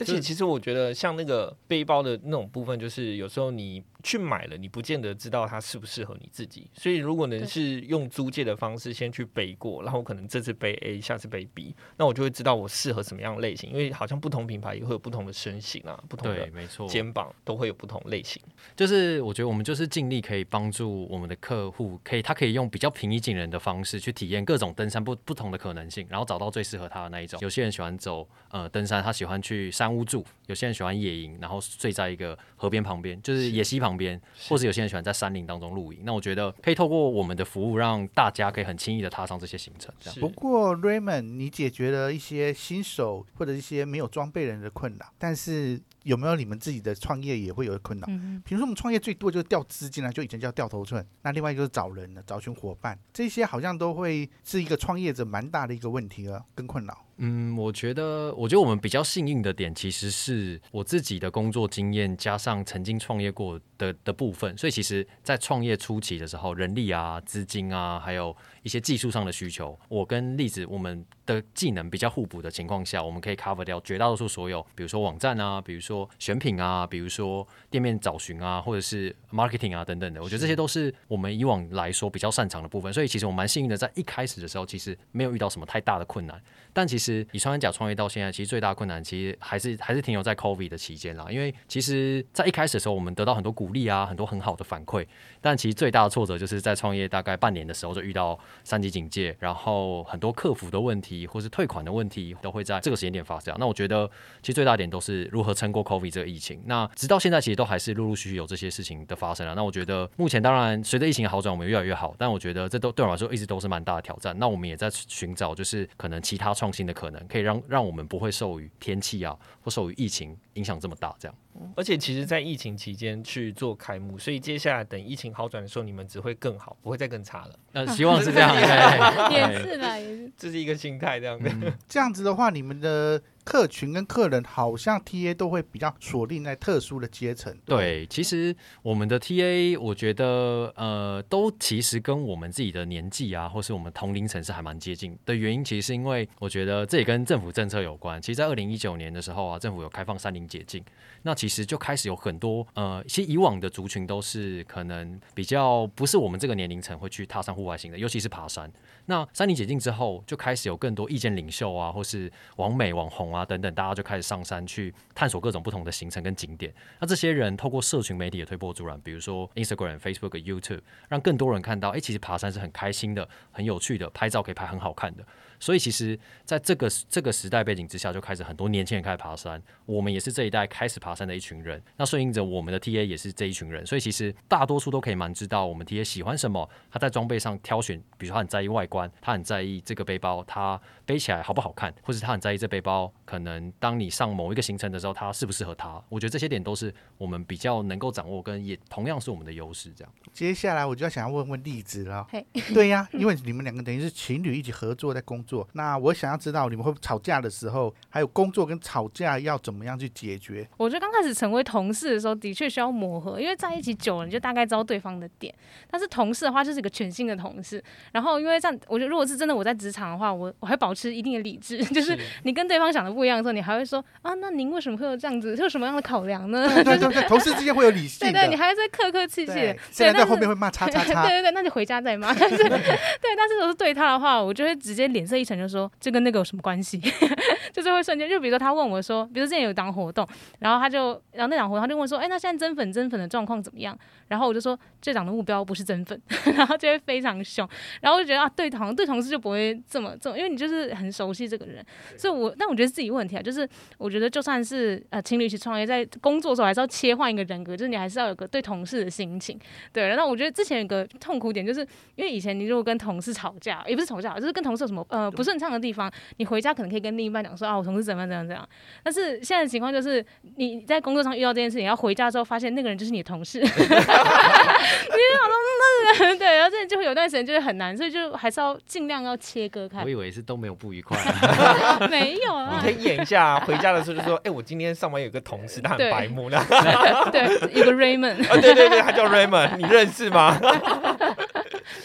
[SPEAKER 1] 而且其实我觉得像那个背包的那种部分，就是有时候你去买了，你不见得知道它适不适合你自己。所以如果能是用租借的方式先去背过，然后可能这次背 A， 下次背 B， 那我就会知道我适合什么样类型。因为好像不同品牌也会有不同的身形啊，不同的肩膀都会有不同类型。
[SPEAKER 3] 就是我觉得我们就是尽力可以帮助我们的客户，可以他可以用比较平易近人的方式去体验各种登山不不同的可能性，然后找到最适合他的那一种。有些人喜欢走呃登山，他喜欢去山屋住；有些人喜欢野营，然后睡在一个河边旁边，就是野溪旁边，或是有些人喜欢在山林当中露营。那我觉得可以透过我们的服务，让大家可以很轻易的踏上这些行程。
[SPEAKER 2] 不过 Raymond， 你解决了一些新手或者一些没有装备人的困扰，但是有没有你们自己的创业也会有的困扰？嗯，比如说我们创业最多就是调资金啊，就以前叫掉头寸。那另外就是找人了，找群伙伴，这些好像都会是一个创业者蛮大的一个问题了，跟困扰。
[SPEAKER 3] 嗯，我觉得，我觉得我们比较幸运的点，其实是我自己的工作经验加上曾经创业过的的部分，所以其实，在创业初期的时候，人力啊、资金啊，还有一些技术上的需求，我跟栗子我们的技能比较互补的情况下，我们可以 cover 掉绝大多数所有，比如说网站啊，比如说选品啊，比如说店面找寻啊，或者是 marketing 啊等等的，我觉得这些都是我们以往来说比较擅长的部分，所以其实我蛮幸运的，在一开始的时候，其实没有遇到什么太大的困难。但其实以穿山甲创业到现在，其实最大的困难其实还是还是停留在 COVID 的期间啦。因为其实在一开始的时候，我们得到很多鼓励啊，很多很好的反馈。但其实最大的挫折就是在创业大概半年的时候，就遇到三级警戒，然后很多客服的问题或是退款的问题都会在这个时间点发生。那我觉得其实最大点都是如何撑过 COVID 这个疫情。那直到现在其实都还是陆陆续续有这些事情的发生了。那我觉得目前当然随着疫情的好转，我们越来越好，但我觉得这都对我来说一直都是蛮大的挑战。那我们也在寻找就是可能其他创新的可能，可以让让我们不会受于天气啊或受于疫情影响这么大这样。
[SPEAKER 1] 而且其实在疫情期间去做开幕，所以接下来等疫情好转的时候，你们只会更好，不会再更差了。
[SPEAKER 3] 呃，希望是这样。
[SPEAKER 4] 也是啦，也是，
[SPEAKER 1] 这是一个心态这样的、嗯。
[SPEAKER 2] 这样子的话，你们的客群跟客人好像 T A 都会比较锁定在特殊的阶层。
[SPEAKER 3] 对，对其实我们的 T A 我觉得呃，都其实跟我们自己的年纪啊，或是我们同龄层是还蛮接近的原因，其实是因为我觉得这也跟政府政策有关。其实，在二零一九年的时候啊，政府有开放山林解禁，那其实就开始有很多呃，其实以往的族群都是可能比较不是我们这个年龄层会去踏上户外型的，尤其是爬山。那山林解禁之后，就开始有更多意见领袖啊，或是网美网红啊等等，大家就开始上山去探索各种不同的行程跟景点。那这些人透过社群媒体的推波助澜，比如说 Instagram、Facebook、YouTube， 让更多人看到，哎，其实爬山是很开心的、很有趣的，拍照可以拍很好看的。所以其实在这个这个时代背景之下，就开始很多年轻人开始爬山，我们也是这一代开始爬山的一群人。那顺应着我们的 T A 也是这一群人，所以其实大多数都可以蛮知道我们 T A 喜欢什么，他在装备上挑选，比如说他很在意外观，他很在意这个背包他背起来好不好看，或是他很在意这背包可能当你上某一个行程的时候，它适不适合他。我觉得这些点都是我们比较能够掌握，跟也同样是我们的优势。这样，
[SPEAKER 2] 接下来我就要想要问问栗子了。对呀、啊，因为你们两个等于是情侣一起合作在工作。那我想要知道你们会吵架的时候，还有工作跟吵架要怎么样去解决？
[SPEAKER 4] 我觉得刚开始成为同事的时候，的确需要磨合，因为在一起久了，你就大概知道对方的点。但是同事的话，就是一个全新的同事。然后因为这样，我觉得如果是真的我在职场的话，我我还保持一定的理智，就是你跟对方想的不一样的时候，你还会说啊，那您为什么会有这样子，有什么样的考量呢？
[SPEAKER 2] 对对对，同事之间会有理性的。
[SPEAKER 4] 对对，你还在客客气气的。
[SPEAKER 2] 现在在后面会骂叉叉叉。
[SPEAKER 4] 对对对，那你回家再骂。但是对，但是如果是对他的话，我就会直接脸色一沉，就说这跟那个有什么关系？就是会瞬间，就比如说他问我说，比如之前有一档活动，然后他就，然后那档活动他就问说，哎、欸，那现在增粉增粉的状况怎么样？然后我就说，这档的目标不是增粉，然后就会非常凶，然后我就觉得啊，对，好像对同事就不会这么这么，因为你就是很熟悉这个人，所以我，但我觉得是自己问题啊，就是我觉得就算是呃情侣一起创业，在工作的时候还是要切换一个人格，就是你还是要有个对同事的心情，对。然后我觉得之前有个痛苦点，就是因为以前你如果跟同事吵架，也不是吵架，就是跟同事有什么呃不顺畅的地方，你回家可能可以跟另一半讲说啊，我同事怎么样怎么样怎么样。但是现在的情况就是你在工作上遇到这件事情，要回家之后发现那个人就是你的同事，你就想说那对，然后这就会有段时间就是很难，所以就还是要尽量要切割开。
[SPEAKER 3] 我以为是都没有不愉快，
[SPEAKER 4] 没有啊。
[SPEAKER 1] 你可以演一下，回家的时候就说，哎、欸，我今天上班有个同事，他很白目的，
[SPEAKER 4] 对，有个 Raymond，
[SPEAKER 1] 啊，对对对，他叫 Raymond， 你认识吗？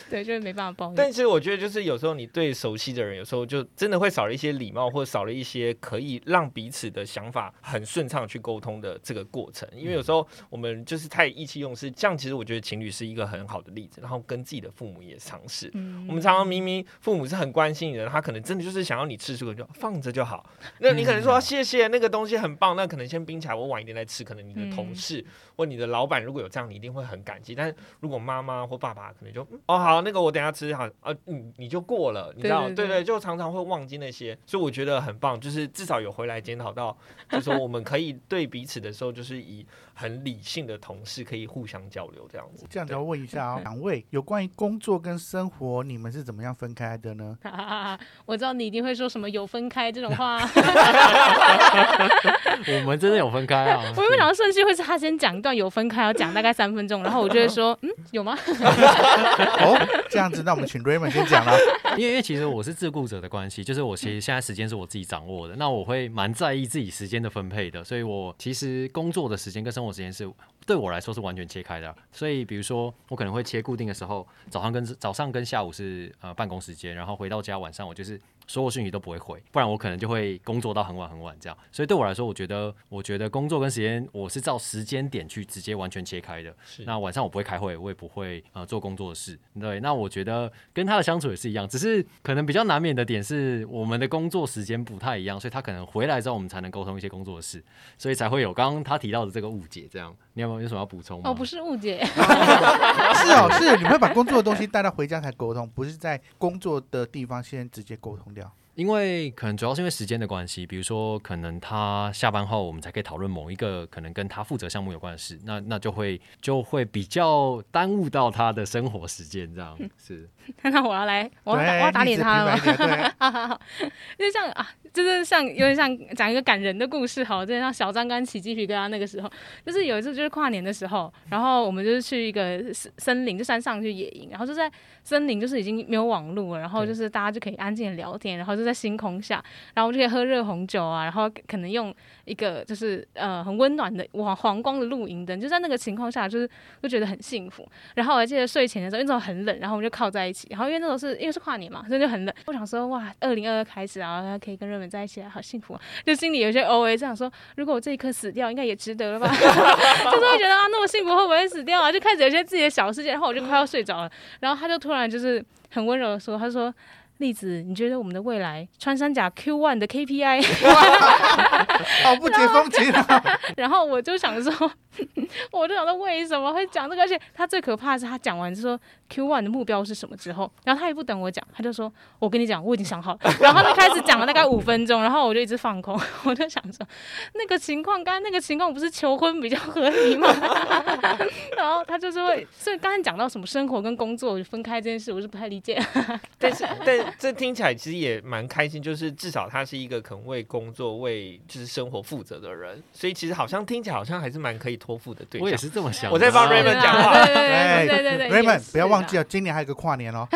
[SPEAKER 4] 对，就是没办法抱怨。
[SPEAKER 1] 但其实我觉得，就是有时候你对熟悉的人，有时候就真的会少了一些礼貌，或者少了一些可以让彼此的想法很顺畅去沟通的这个过程。因为有时候我们就是太意气用事，这样其实我觉得情侣是一个很好的例子。然后跟自己的父母也尝试，嗯、我们常常明明父母是很关心你的，他可能真的就是想要你吃这个就放着就好。那你可能说谢谢，那个东西很棒，那可能先冰起来，我晚一点再吃。可能你的同事、嗯、或你的老板如果有这样，你一定会很感激。但是如果妈妈或爸爸可能就、嗯、哦好，那个我等一下吃好啊，嗯你就过了，你知道，对 对, 对, 对，就常常会忘记那些。所以我觉得很棒，就是至少有回来检讨到，就是说我们可以对彼此的时候，就是以很理性的同事可以互相交流这样子。
[SPEAKER 2] 这样子要问一下哦，两位有关于工作跟生活，你们是怎么样分开的呢？
[SPEAKER 4] 我知道你一定会说什么有分开这种话。
[SPEAKER 3] 我们真的有分开啊！
[SPEAKER 4] 我原本想到顺序会是他先讲一段有分开，要讲大概三分钟，然后我就会说，嗯，有吗？
[SPEAKER 2] 哦，这样子，那我们请 Raymond 先讲了。
[SPEAKER 3] 因为因为其实我是自雇者的关系，就是我其实现在时间是我自己掌握的，那我会蛮在意自己时间的分配的，所以我其实工作的时间跟生活时间是对我来说是完全切开的。所以比如说我可能会切固定的时候，早上跟早上跟下午是呃办公时间，然后回到家晚上我就是所有讯息都不会回，不然我可能就会工作到很晚很晚这样。所以对我来说，我觉得我觉得工作跟时间我是照时间点去直接完全切开的。那晚上我不会开会，我也不会呃做工作的事。对，那我觉得跟他的相处也是一样，只是可能比较难免的点是我们的工作时间不太一样，所以他可能回来之后我们才能沟通一些工作的事，所以才会有刚刚他提到的这个误解。这样，你有没有有什么要补充吗？
[SPEAKER 4] 哦，不是误解，
[SPEAKER 2] 是哦，是你们会把工作的东西带到回家才沟通，不是在工作的地方先直接沟通掉。
[SPEAKER 3] 因为可能主要是因为时间的关系，比如说可能他下班后我们才可以讨论某一个可能跟他负责项目有关的事，那那就会就会比较耽误到他的生活时间，这样是。
[SPEAKER 4] 那我要来，我要打我要打脸他了吗？好好好，就像啊，就是像有点像讲一个感人的故事，好，就像小张刚起鸡皮疙瘩那个时候，就是有一次就是跨年的时候，然后我们就是去一个森林，就山上去野营，然后就在森林就是已经没有网路了，然后就是大家就可以安静的聊天，然后就在星空下，然后就可以喝热红酒啊，然后可能用一个就是呃很温暖的黄黄光的露营灯，就在那个情况下，就是就觉得很幸福。然后我还记得睡前的时候，因为那时候很冷，然后我们就靠在一起。然后因为那时候是因为是跨年嘛，所以就很冷。我想说哇，二零二二开始啊，然后可以跟人们在一起，好幸福啊！就心里有些 O A 这样说，如果我这一刻死掉，应该也值得了吧？就是会觉得啊，那么幸福会不会死掉啊？就开始有些自己的小世界，然后我就快要睡着了。然后他就突然就是很温柔的说，他说。栗子，你觉得我们的未来穿山甲 Q 一 的 K P I
[SPEAKER 2] 好不解风情啊！
[SPEAKER 4] 然后我就想说，我就想说为什么会讲这个？而且他最可怕的是，他讲完就说 Q 一 的目标是什么之后，然后他也不等我讲，他就说：“我跟你讲，我已经想好了。”然后他就开始讲了大概五分钟，然后我就一直放空，我就想说，那个情况，刚刚那个情况不是求婚比较合理吗？然后他就是会，所以刚才讲到什么生活跟工作分开这件事，我是不太理解。
[SPEAKER 1] 但是，但这听起来其实也蛮开心，就是至少他是一个肯为工作、为就是生活负责的人，所以其实好像听起来好像还是蛮可以托付的对象。
[SPEAKER 3] 我也是这么想的。
[SPEAKER 1] 我在帮 Raymond 讲话，
[SPEAKER 4] 对对对对对
[SPEAKER 2] ，Raymond 不要忘记了，今年还有个跨年哦。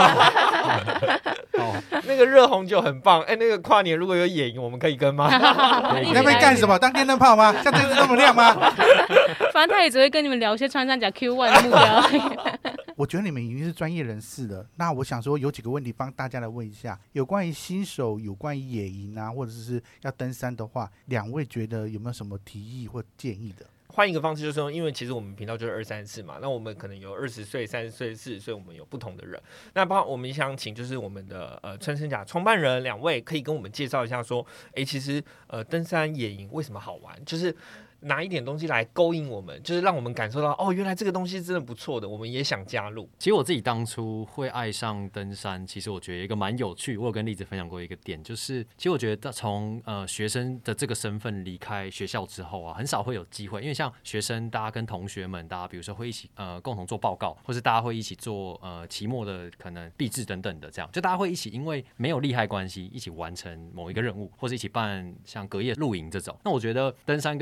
[SPEAKER 1] 哦，那个热红酒很棒，哎、欸，那个跨年如果有野营，我们可以跟吗？
[SPEAKER 2] 你那边干什么？当电灯泡吗？像这次这么亮吗？
[SPEAKER 4] 反正他也只会跟你们聊一些穿山甲 Q 一 的目标。
[SPEAKER 2] 我觉得你们已经是专业人士了，那我想说有几个问题帮大家来问一下，有关于新手，有关于野营啊，或者是要登山的话，两位觉得有没有什么提议或建议的？
[SPEAKER 1] 换一个方式，就是说，因为其实我们频道就是二三四嘛，那我们可能有二十岁、三十岁、四十岁，我们有不同的人。那包括我们想请就是我们的呃穿山甲创办人两位，可以跟我们介绍一下说，哎、欸，其实呃登山野营为什么好玩？就是拿一点东西来勾引我们，就是让我们感受到哦，原来这个东西真的不错的，我们也想加入。
[SPEAKER 3] 其实我自己当初会爱上登山，其实我觉得有一个蛮有趣，我有跟栗子分享过一个点，就是其实我觉得从呃学生的这个身份离开学校之后啊，很少会有机会，因为像学生大家跟同学们，大家比如说会一起呃共同做报告，或是大家会一起做呃期末的可能毕制等等的，这样就大家会一起因为没有利害关系一起完成某一个任务，或是一起办像隔夜露营这种。那我觉得登山跟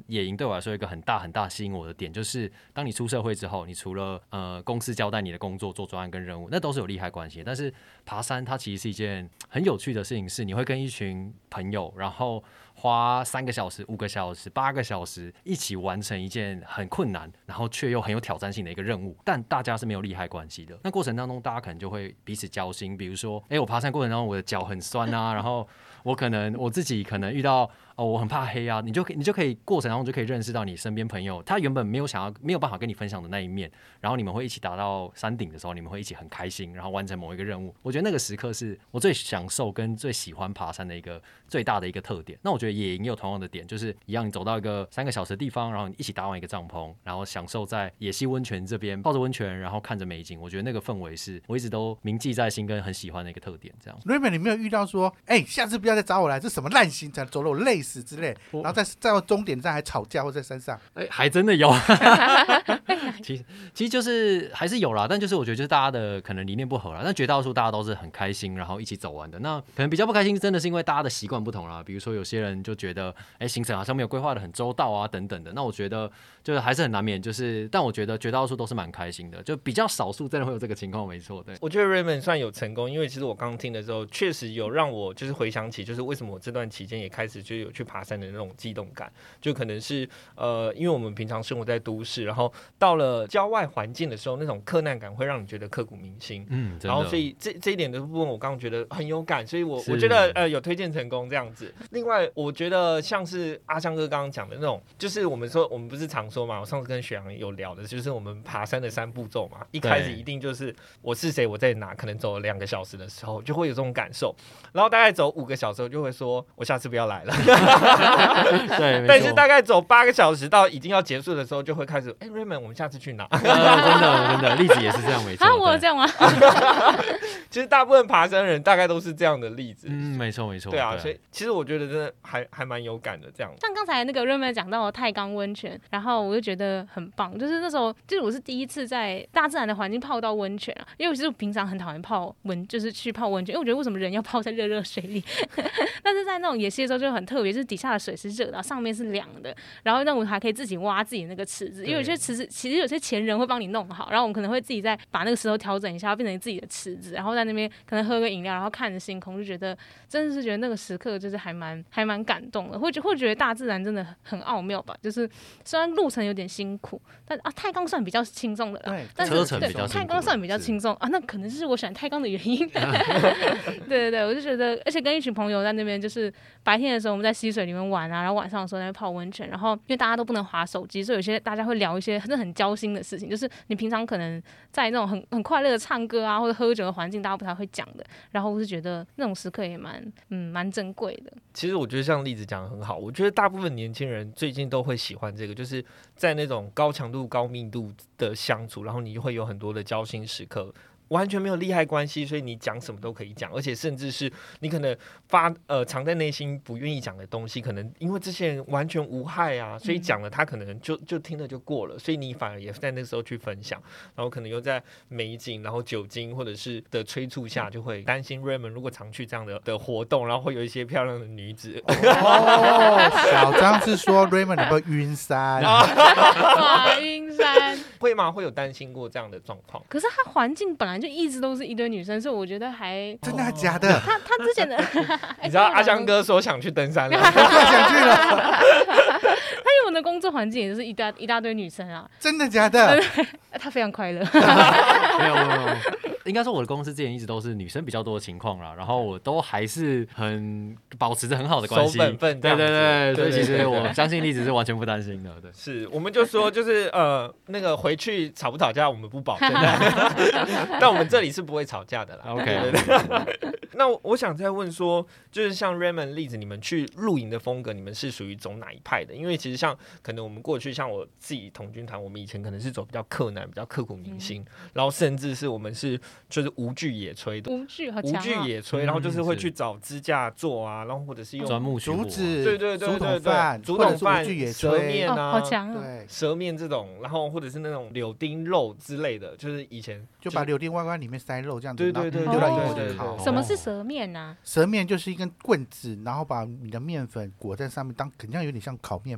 [SPEAKER 3] 野营对我来说有一个很大很大吸引我的点，就是当你出社会之后，你除了呃公司交代你的工作、做专案跟任务，那都是有利害关系的。但是爬山它其实是一件很有趣的事情，是你会跟一群朋友，然后花三个小时、五个小时、八个小时一起完成一件很困难，然后却又很有挑战性的一个任务，但大家是没有利害关系的。那过程当中，大家可能就会彼此交心，比如说，哎，我爬山过程当中我的脚很酸啊，然后我可能我自己可能遇到哦，我很怕黑啊，你就可以你就可以过程当中就可以认识到你身边朋友，他原本没有想要没有办法跟你分享的那一面，然后你们会一起达到山顶的时候，你们会一起很开心，然后完成某一个任务。我觉得那个时刻是我最享受跟最喜欢爬山的一个最大的一个特点。那我觉得野营也有同样的点，就是一样，你走到一个三个小时的地方，然后你一起搭完一个帐篷，然后享受在野溪温泉这边泡着温泉，然后看着美景。我觉得那个氛围是我一直都铭记在心跟很喜欢的一个特点。这样
[SPEAKER 2] Raymond 你没有遇到说，哎、欸，下次不要再找我来，这什么烂行程，走了我累死之类，然后在在终点站还吵架或在山上？
[SPEAKER 3] 哎、欸，还真的有。其实其实就是还是有啦，但就是我觉得就是大家的可能理念不合啦，但绝大多数大家都是很开心，然后一起走完的。那可能比较不开心，真的是因为大家的习惯不同啦。比如说有些人就觉得，哎、欸，行程好像没有规划的很周到啊，等等的。那我觉得就是还是很难免，就是但我觉得绝大多数都是蛮开心的，就比较少数真的会有这个情况，没错。对，
[SPEAKER 1] 我觉得 Raymond 算有成功，因为其实我刚听的时候，确实有让我就是回想起，就是为什么我这段期间也开始就有去爬山的那种激动感，就可能是呃，因为我们平常生活在都市，然后到了郊外环境的时候，那种克难感会让你觉得刻骨铭心。
[SPEAKER 3] 嗯，
[SPEAKER 1] 然后所以这这一点的部分，我刚刚觉得很有感，所以我我觉得呃有推荐成功这样子。另外，我觉得像是阿香哥刚刚讲的那种，就是我们说我们不是常说嘛，我上次跟雪阳有聊的，就是我们爬山的三步骤嘛，一开始一定就是我是谁，我在哪，可能走了两个小时的时候就会有这种感受，然后大概走五个小时就会说，我下次不要来了。
[SPEAKER 3] 对，
[SPEAKER 1] 但是大概走八个小时到已经要结束的时候，就会开始，哎、欸、，Raymond， 我们下次去哪？
[SPEAKER 3] 呃、真的真的，例子也是这样，没错。
[SPEAKER 4] 啊，我有这样吗？
[SPEAKER 1] 其实大部分爬山人大概都是这样的例子。
[SPEAKER 3] 嗯，没错没错。
[SPEAKER 1] 对啊，所以其实我觉得真的还还蛮有感的这样。
[SPEAKER 4] 像刚才那个 Raymond 讲到太钢温泉，然后我就觉得很棒，就是那时候就是我是第一次在大自然的环境泡到温泉啊，因为其实我平常很讨厌泡温，就是去泡温泉，因为我觉得为什么人要泡在热热水里？但是在那种野溪的时候就很特别，就是底下的水是热的，上面是凉的，然后那我还可以自己挖自己那个池子，因为有些池子其实有些前人会帮你弄好，然后我们可能会自己再把那个石头调整一下，变成自己的池子，然后在那边可能喝个饮料，然后看着星空，就觉得真的是觉得那个时刻就是还蛮还蛮感动的，会觉会觉得大自然真的很奥妙吧。就是虽然路程有点辛苦，但啊太钢算比较轻松的啦，但是
[SPEAKER 3] 车程比较辛苦，
[SPEAKER 4] 太钢算比较轻松啊，那可能就是我选太钢的原因。对对对，我就觉得，而且跟一群朋友在那边，就是白天的时候我们在溪水里面玩啊，然后晚上的时候在那边泡温泉，然后因为大家都不能滑手机，所以有些大家会聊一些真的很交心的事情，就是你平常可能在那种很很快乐的唱歌啊或者喝酒的环境，大家不太会讲的。然后我是觉得那种时刻也蛮嗯蛮珍贵的。
[SPEAKER 1] 其实我觉得像例子讲得很好，我觉得大部分年轻人最近都会喜欢这个，就是在那种高强度高密度的相处，然后你就会有很多的交心时刻。完全没有利害关系，所以你讲什么都可以讲，而且甚至是你可能发呃藏在内心不愿意讲的东西，可能因为这些人完全无害啊，所以讲了他可能就就听了就过了，所以你反而也在那个时候去分享，然后可能又在美景，然后酒精或者是的催促下，就会担心 Raymond 如果常去这样的的活动，然后会有一些漂亮的女子。
[SPEAKER 2] 哦，小张是说 Raymond 你会晕山，
[SPEAKER 4] 哇，晕山
[SPEAKER 1] 会吗？会有担心过这样的状况？
[SPEAKER 4] 可是他环境本来就一直都是一堆女生，所以我觉得还
[SPEAKER 2] 真的假的？
[SPEAKER 4] 他他之前的，
[SPEAKER 1] 你知道阿香哥说想去登山了，
[SPEAKER 2] 我想去了。
[SPEAKER 4] 他因为我的工作环境也就是一大一大堆女生啊，
[SPEAKER 2] 真的假的？
[SPEAKER 4] 他非常快乐。
[SPEAKER 3] 没有没有没有，应该说我的公司之前一直都是女生比较多的情况啦，然后我都还是很保持着很好的关系，
[SPEAKER 1] 守本分，
[SPEAKER 3] 对对对，所以其实
[SPEAKER 1] 对对对对
[SPEAKER 3] 我相信栗子是完全不担心的，对，
[SPEAKER 1] 是，我们就说就是呃，那个回去吵不吵架我们不保证，但我们这里是不会吵架的啦。
[SPEAKER 3] OK，
[SPEAKER 1] 对对对。那我想再问说，就是像 Raymond 例子，你们去露营的风格，你们是属于走哪一派的？因为其实像可能我们过去像我自己童军团，我们以前可能是走比较克难、比较刻骨铭心，嗯、然后甚至是我们是就是无惧野炊的，
[SPEAKER 4] 无惧好强、啊，
[SPEAKER 1] 无惧野炊，然后就是会去找支架做啊，然后或者是用
[SPEAKER 3] 钻木
[SPEAKER 2] 竹子，
[SPEAKER 1] 对对对对对
[SPEAKER 2] 对，
[SPEAKER 1] 竹筒饭、
[SPEAKER 2] 野
[SPEAKER 1] 蛇面啊，
[SPEAKER 4] 哦、好强啊，
[SPEAKER 2] 对，
[SPEAKER 1] 蛇面这种，然后或者是那种柳丁肉之类的，就是以前
[SPEAKER 2] 就把柳丁外观里面塞肉这样子，
[SPEAKER 1] 对对对，
[SPEAKER 2] 丢到
[SPEAKER 1] 对对对。
[SPEAKER 4] 什么是蛇面呢、啊？
[SPEAKER 2] 蛇面就是一根棍子，然后把你的面粉裹在上面，当肯定有点像烤面包这样。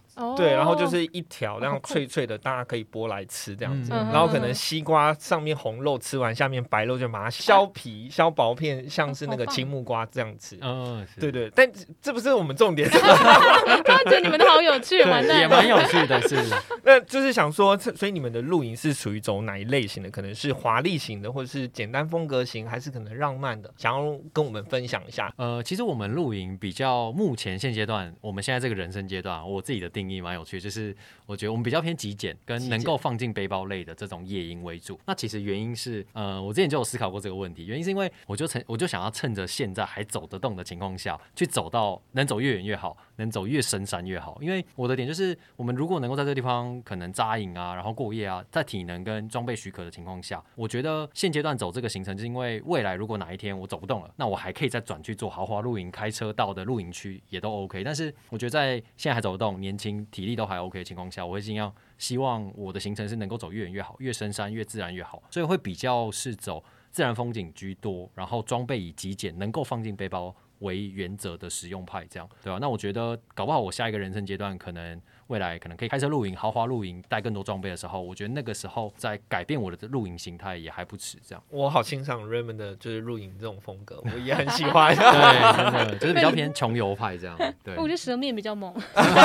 [SPEAKER 1] 哦、对，然后就是一条那样脆脆的，大家可以剥来吃这样子、嗯。然后可能西瓜上面红肉吃完，下面白肉就把它削皮、削薄片，像是那个青木瓜这样吃。嗯，对对。但这不是我们重点。
[SPEAKER 4] 刚刚觉得你们都好有趣，完蛋，
[SPEAKER 3] 也蛮有趣的是。
[SPEAKER 1] 那就是想说，所以你们的露营是属于走哪一类型的？可能是华丽型的，或者是简单风格型，还是可能浪漫的？想要跟我们分享一下。
[SPEAKER 3] 呃，其实我们露营比较目前现阶段，我们现在这个人生阶段，我自己的定义蛮有趣，就是我觉得我们比较偏极简，跟能够放进背包类的这种野营为主。那其实原因是，呃，我之前就有思考过这个问题，原因是因为我就趁我就想要趁着现在还走得动的情况下，去走到能走越远越好，能走越深山越好。因为我的点就是，我们如果能够在这个地方可能扎营啊，然后过夜啊，在体能跟装备许可的情况下，我觉得现阶段走这个行程，就是因为未来如果哪一天我走不动了，那我还可以再转去做豪华露营，开车到的露营区也都 OK。但是我觉得在现在还走得动、年轻、体力都还 OK 的情况下，我会尽量希望我的行程是能够走越远越好，越深山越自然越好，所以会比较是走自然风景居多，然后装备以极简，能够放进背包为原则的使用派，这样对吧、啊？那我觉得搞不好我下一个人生阶段，可能未来可能可以开车露营、豪华露营，带更多装备的时候，我觉得那个时候在改变我的露营形态也还不迟。这样，
[SPEAKER 1] 我好欣赏 Raymond 的就是露营这种风格，我也很喜欢。
[SPEAKER 3] 对，真的就是比较偏穷游派这样。对，
[SPEAKER 4] 我觉得蛇面比较猛。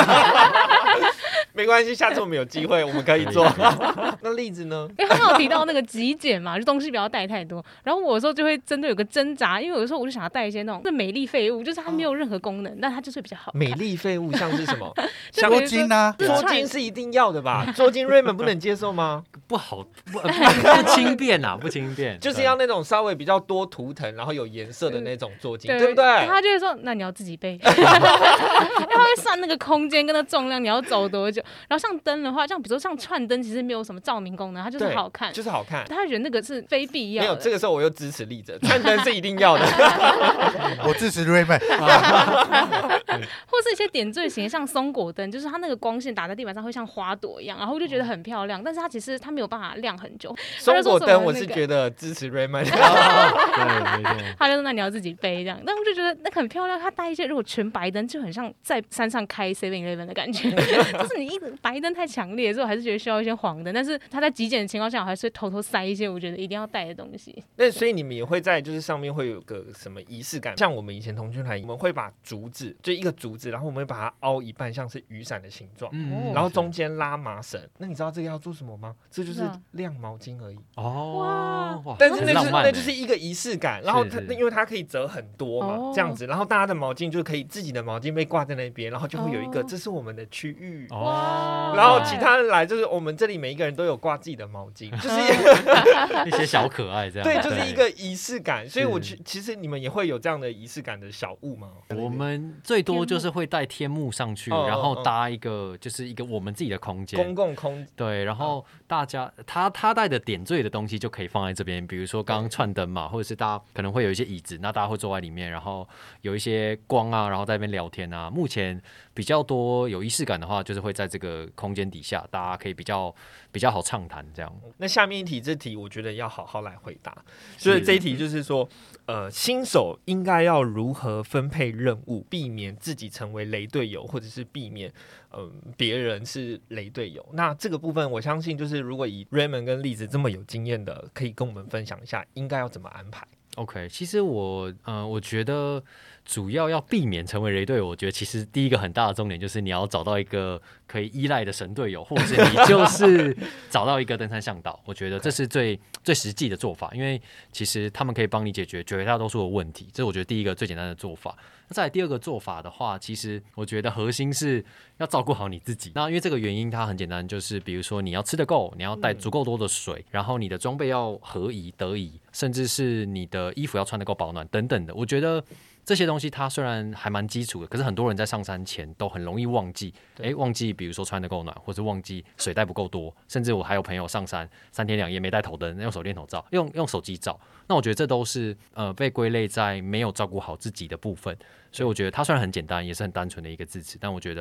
[SPEAKER 1] 没关系，下次我们有机会我们可以做。那例子呢？
[SPEAKER 4] 因为刚刚有提到那个极简嘛，就东西不要带太多。然后我有时候就会真的有个挣扎，因为有的时候我就想要带一些那种是美丽废物，就是它没有任何功能，哦、但它就是比较好看。
[SPEAKER 1] 美丽废物像是什么？
[SPEAKER 2] 像捉巾啊，
[SPEAKER 1] 捉巾是一定要的吧？捉巾 Raymond 不能接受吗？
[SPEAKER 3] 不好，不不轻便啊，不轻便，
[SPEAKER 1] 就是要那种稍微比较多图腾，然后有颜色的那种捉巾，对, 对不对？
[SPEAKER 4] 他就会说，那你要自己背，因为他会算那个空间跟那重量，你要走多久。然后像灯的话，像比如说像串灯，其实没有什么照明功能，它就是好看，
[SPEAKER 1] 就是好看。
[SPEAKER 4] 他觉得那个是非必要的。
[SPEAKER 1] 没有，这个时候我又支持立着，串灯是一定要的。
[SPEAKER 2] 我支持 Raymond。
[SPEAKER 4] 或是一些点缀型，像松果灯，就是它那个光线打在地板上会像花朵一样，然后我就觉得很漂亮，但是它其实它没有办法亮很久。
[SPEAKER 1] 松果灯我是觉得支持 Raymond。
[SPEAKER 3] 对，没错。
[SPEAKER 4] 他就说那你要自己背这样，但我就觉得那很漂亮。他带一些如果全白灯，就很像在山上开 seven eleven 的感觉，就是你一直白灯太强烈，所以我还是觉得需要一些黄灯。但是他在极简的情况下，我还是会偷偷塞一些我觉得一定要带的东西。
[SPEAKER 1] 那所以你们也会在就是上面会有个什么仪式感？像我们以前童军团，我们会把竹子就一个竹子，然后我们会把它凹一半，像是雨伞的形状，嗯、然后中间拉麻绳。那你知道这个要做什么吗？这就是晾毛巾而已。
[SPEAKER 3] 哦，
[SPEAKER 1] 哇！但是那就是那就是一个仪式感。然后它因为它可以折很多嘛，哦、这样子，然后大家的毛巾就可以自己的毛巾被挂在那边，然后就会有一个、哦、这是我们的区域。哦。然后其他人来就是我们这里每一个人都有挂自己的毛巾，就是
[SPEAKER 3] 一些小可爱这样。
[SPEAKER 1] 对，就是一个仪式感。所以我其实你们也会有这样的仪式感的小物吗？
[SPEAKER 3] 我们最多就是会带天幕上去，然后搭一个就是一个我们自己的空间，
[SPEAKER 1] 公共空间。
[SPEAKER 3] 对，然后大家他他带的点缀的东西就可以放在这边，比如说刚刚串灯嘛，或者是大家可能会有一些椅子，那大家会坐在里面，然后有一些光啊，然后在那边聊天啊。目前比较多有仪式感的话，就是会在这个空间底下，大家可以比较比较好畅谈这样。
[SPEAKER 1] 那下面一题，这题我觉得要好好来回答。所以这一题就是说，呃，新手应该要如何分配任务，避免自己成为雷队友，或者是避免嗯别人是雷队友。那这个部分，我相信就是如果以 Raymond 跟栗子这么有经验的，可以跟我们分享一下，应该要怎么安排。
[SPEAKER 3] OK， 其实我呃，我觉得主要要避免成为雷队友，我觉得其实第一个很大的重点就是你要找到一个可以依赖的神队友，或者是你就是找到一个登山向导，我觉得这是最最实际的做法，因为其实他们可以帮你解决绝大多数的问题，这是我觉得第一个最简单的做法。那再来第二个做法的话，其实我觉得核心是要照顾好你自己。那因为这个原因它很简单，就是比如说你要吃得够，你要带足够多的水，然后你的装备要合宜得宜，甚至是你的衣服要穿得够保暖等等的。我觉得这些东西它虽然还蛮基础的，可是很多人在上山前都很容易忘记，哎，忘记比如说穿得够暖，或是忘记水带不够多，甚至我还有朋友上山三天两夜没带头灯，用手电筒照，用用手机照。那我觉得这都是呃被归类在没有照顾好自己的部分。所以我觉得它虽然很简单，也是很单纯的一个字词，但我觉得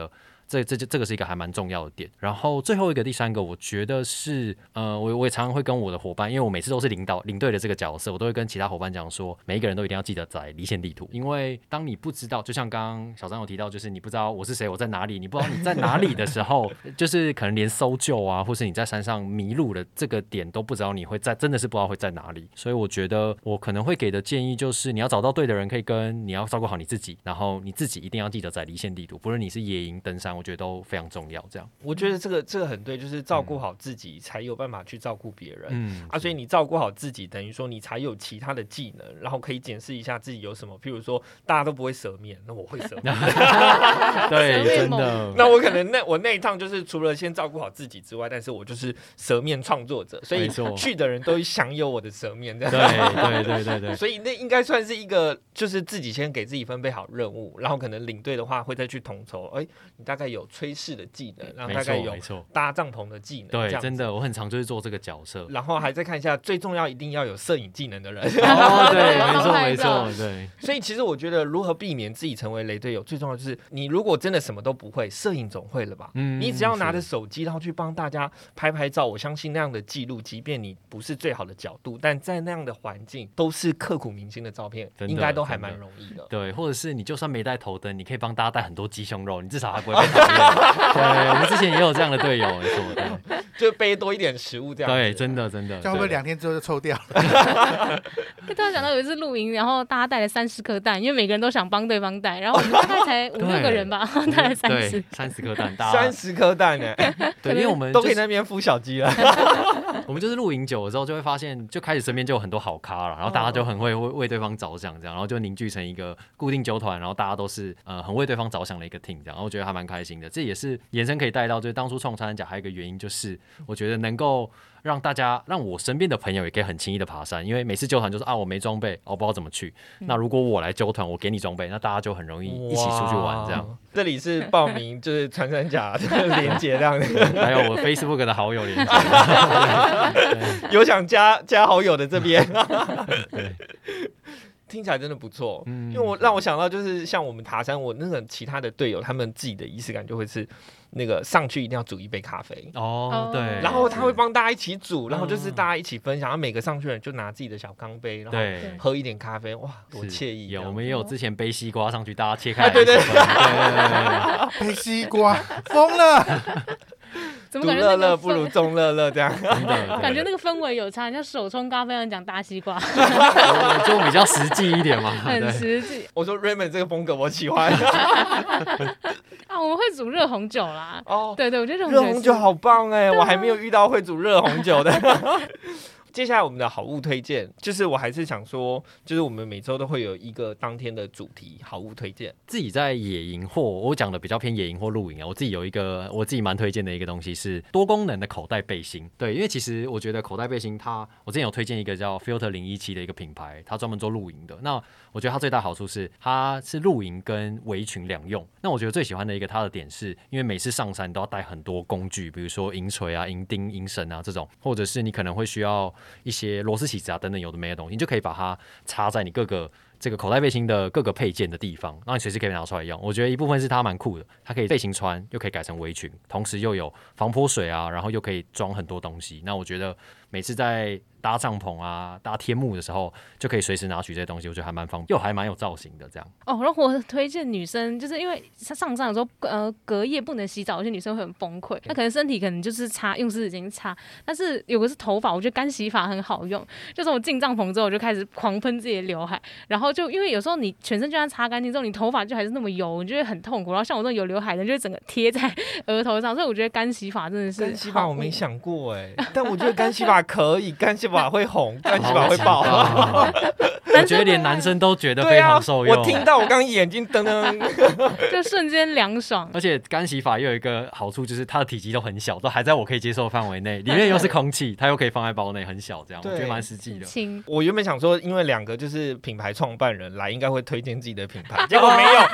[SPEAKER 3] 这这这个是一个还蛮重要的点。然后最后一个第三个，我觉得是呃，我我也常常会跟我的伙伴，因为我每次都是领导领队的这个角色，我都会跟其他伙伴讲说，每一个人都一定要记得载离线地图，因为当你不知道，就像刚刚小张有提到，就是你不知道我是谁，我在哪里，你不知道你在哪里的时候，就是可能连搜救啊，或是你在山上迷路的这个点都不知道你会在，真的是不知道会在哪里。所以我觉得我可能会给的建议就是，你要找到对的人可以跟，你要照顾好你自己，然后你自己一定要记得载离线地图，不论你是野营、登山，我觉得都非常重要。这样，
[SPEAKER 1] 我觉得这个这个很对，就是照顾好自己，才有办法去照顾别人。
[SPEAKER 3] 嗯
[SPEAKER 1] 啊，所以你照顾好自己，等于说你才有其他的技能，然后可以检视一下自己有什么。譬如说，大家都不会蛇面，那我会蛇面。
[SPEAKER 3] 对，真的。
[SPEAKER 1] 那我可能那我那一趟就是除了先照顾好自己之外，但是我就是蛇面创作者，所以去的人都享有我的蛇面。这样
[SPEAKER 3] 对对对对对。
[SPEAKER 1] 所以那应该算是一个，就是自己先给自己分配好任务，然后可能领队的话会再去统筹。哎，你大概有炊事的技能，然后大概有搭帐篷的技能。
[SPEAKER 3] 对，真的，我很常就是做这个角色。
[SPEAKER 1] 然后还再看一下，最重要一定要有摄影技能的人。
[SPEAKER 3] 哦，对，没错没错，对。
[SPEAKER 1] 所以其实我觉得，如何避免自己成为雷队友，最重要就是，你如果真的什么都不会，摄影总会了吧？嗯，你只要拿着手机，然后去帮大家拍拍照，我相信那样的记录，即便你不是最好的角度，但在那样的环境，都是刻骨铭心的照片，应该都还蛮容易的。
[SPEAKER 3] 对，或者是你就算没带头灯，你可以帮大家带很多鸡胸肉，你至少还不会被讨厌。对，我们之前也有这样的队友，没错，对，
[SPEAKER 1] 就背多一点食物这样。
[SPEAKER 3] 对，真的真的。
[SPEAKER 2] 这样会不会两天之后就臭掉了？
[SPEAKER 4] 突然想到有一次露营，然后大家带了三十颗蛋，因为每个人都想帮对方带，然后我们大概才五六个人吧，带了三十，
[SPEAKER 3] 三十颗蛋，
[SPEAKER 1] 三十颗蛋呢？
[SPEAKER 3] 对，因为我们
[SPEAKER 1] 都可以那边孵小鸡了。
[SPEAKER 3] 我们就是露营久了之后，就会发现，就开始身边就有很多好咖了，然后大家就很会为对方着想，这样，然后就凝聚成一个固定纠团，然后大家都是呃很为对方着想的一个 team， 这样，然后我觉得还蛮开心的。这也是延伸可以带到，就是当初创穿山甲还有一个原因，就是我觉得能够让大家，让我身边的朋友也可以很轻易的爬山，因为每次揪团就是啊我没装备，我不知道怎么去。那如果我来揪团，我给你装备，那大家就很容易一起出去玩这样。
[SPEAKER 1] 这里是报名就是穿山甲的连结这样子，
[SPEAKER 3] 还有我 Facebook 的好友连结，
[SPEAKER 1] 有想加加好友的这边。对。听起来真的不错，嗯、因为我让我想到就是像我们爬山，我那个其他的队友他们自己的仪式感就会是那个上去一定要煮一杯咖啡
[SPEAKER 3] 哦，对，
[SPEAKER 1] 然后他会帮大家一起煮，然后就是大家一起分享，然后每个上去的人就拿自己的小钢杯，然后喝一点咖啡，哇，多惬意！
[SPEAKER 3] 有，我们也有之前背西瓜上去，大家切开来，
[SPEAKER 1] 对对
[SPEAKER 2] 对，背西瓜疯了。
[SPEAKER 4] 怎么感觉
[SPEAKER 1] 独乐乐不如众乐乐这样？
[SPEAKER 4] 感觉那个氛围有差，像手冲咖啡人讲大西瓜，
[SPEAKER 3] 就比较实际一点嘛，
[SPEAKER 4] 很实际。
[SPEAKER 1] 我说 Raymond 这个风格我喜欢。
[SPEAKER 4] 啊，我们会煮热红酒啦。哦，对对，我觉得
[SPEAKER 1] 热红酒好棒哎，我还没有遇到会煮热红酒的。接下来我们的好物推荐，就是我还是想说，就是我们每周都会有一个当天的主题好物推荐。
[SPEAKER 3] 自己在野营或我讲的比较偏野营或露营啊，我自己有一个我自己蛮推荐的一个东西是多功能的口袋背心。对，因为其实我觉得口袋背心它，我之前有推荐一个叫 Filter 零一七的一个品牌，它专门做露营的。那我觉得它最大好处是它是露营跟围裙两用。那我觉得最喜欢的一个它的点是，因为每次上山都要带很多工具，比如说营锤啊、营钉、营绳啊这种，或者是你可能会需要一些螺丝起子啊等等有的没的东西，你就可以把它插在你各个这个口袋背心的各个配件的地方，让你随时可以拿出来用。我觉得一部分是它蛮酷的，它可以背心穿，又可以改成围裙，同时又有防泼水啊，然后又可以装很多东西。那我觉得每次在搭帐篷啊、搭天幕的时候，就可以随时拿取这些东西，我觉得还蛮方便，又还蛮有造型的这样。
[SPEAKER 4] 哦，然后我推荐女生，就是因为上山有时候呃隔夜不能洗澡，有些女生会很崩溃，那可能身体可能就是擦用湿纸巾擦，但是有个是头发，我觉得干洗法很好用。就是我进帐篷之后，我就开始狂喷自己的刘海，然后就因为有时候你全身就算擦干净之后，你头发就还是那么油，你就会很痛苦。然后像我这种有刘海的，就会整个贴在额头上，所以我觉得干洗法真的是
[SPEAKER 1] 干洗法我没想过哎，但我觉得干洗法可以，干洗法会红。干洗法会爆，
[SPEAKER 3] 我觉得连男生都觉得非常受用。
[SPEAKER 1] 啊、我听到我刚眼睛噔噔，
[SPEAKER 4] 就瞬间凉爽。
[SPEAKER 3] 而且干洗法又有一个好处，就是它的体积都很小，都还在我可以接受的范围内，里面又是空气，它又可以放在包内，很小，这样我觉得蛮实际的。
[SPEAKER 1] 我原本想说，因为两个就是品牌创办人来，应该会推荐自己的品牌，结果没有。那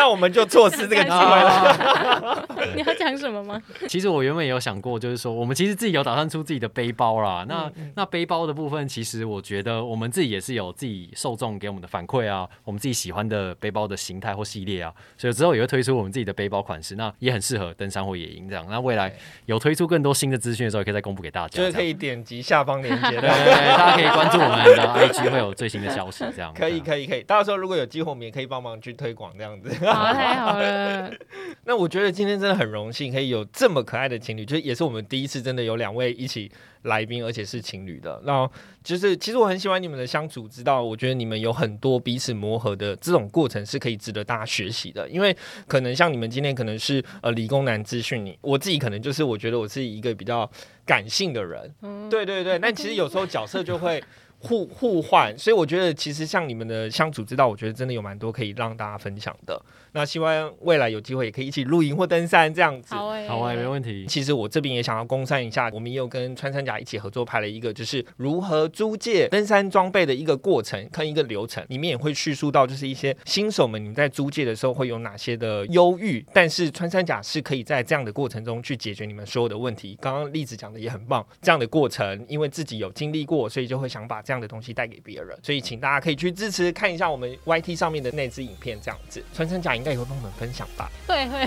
[SPEAKER 1] 那我们就错失这个机会了。
[SPEAKER 4] 你要讲什么吗？
[SPEAKER 3] 其实我原本也有想过，就是说我们其实自己有打算出自己的背包啦。那、嗯、那背包的部分，其实我觉得我们自己也是有自己受众给我们的反馈啊，我们自己喜欢的背包的形态或系列啊，所以之后也会推出我们自己的背包款式，那也很适合登山或野营这样。那未来有推出更多新的资讯的时候，也可以再公布给大家，
[SPEAKER 1] 就是可以点击下方链接的，
[SPEAKER 3] 对对对，大家可以关注我们的 I G 会有最新的消息这样。
[SPEAKER 1] 可以可以可以，到时候如果有机会，我们也可以帮忙去推广这样子。
[SPEAKER 4] 好，太好了。
[SPEAKER 1] 那我觉得今天真的很荣幸，可以有这么可爱的情侣，就是也是我们第一次真的有两位一起来宾，而且是情侣的。那就是其实我很喜欢你们的相处之道，我觉得你们有很多彼此磨合的这种过程是可以值得大家学习的。因为可能像你们今天可能是呃理工男资讯你，我自己可能就是我觉得我是一个比较感性的人，嗯、对对对。但其实有时候角色就会互互换，所以我觉得其实像你们的相处之道，我觉得真的有蛮多可以让大家分享的。那希望未来有机会也可以一起露营或登山这样子。
[SPEAKER 4] 好哎、欸，
[SPEAKER 3] 好哎、欸，没问题。
[SPEAKER 1] 其实我这边也想要公散一下，我们也有跟穿山甲一起合作拍了一个，就是如何租借登山装备的一个过程跟一个流程，里面也会叙述到就是一些新手们你们在租借的时候会有哪些的忧郁，但是穿山甲是可以在这样的过程中去解决你们所有的问题。刚刚例子讲的也很棒，这样的过程因为自己有经历过，所以就会想把这样的东西带给别人，所以请大家可以去支持看一下我们 Y T 上面的那支影片，这样子穿山甲应该也会帮我们分享吧？
[SPEAKER 4] 会会。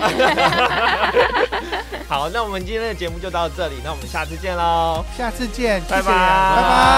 [SPEAKER 1] 好，那我们今天的节目就到这里，那我们下次见喽！
[SPEAKER 2] 下次见，
[SPEAKER 1] 拜拜，
[SPEAKER 2] 拜拜。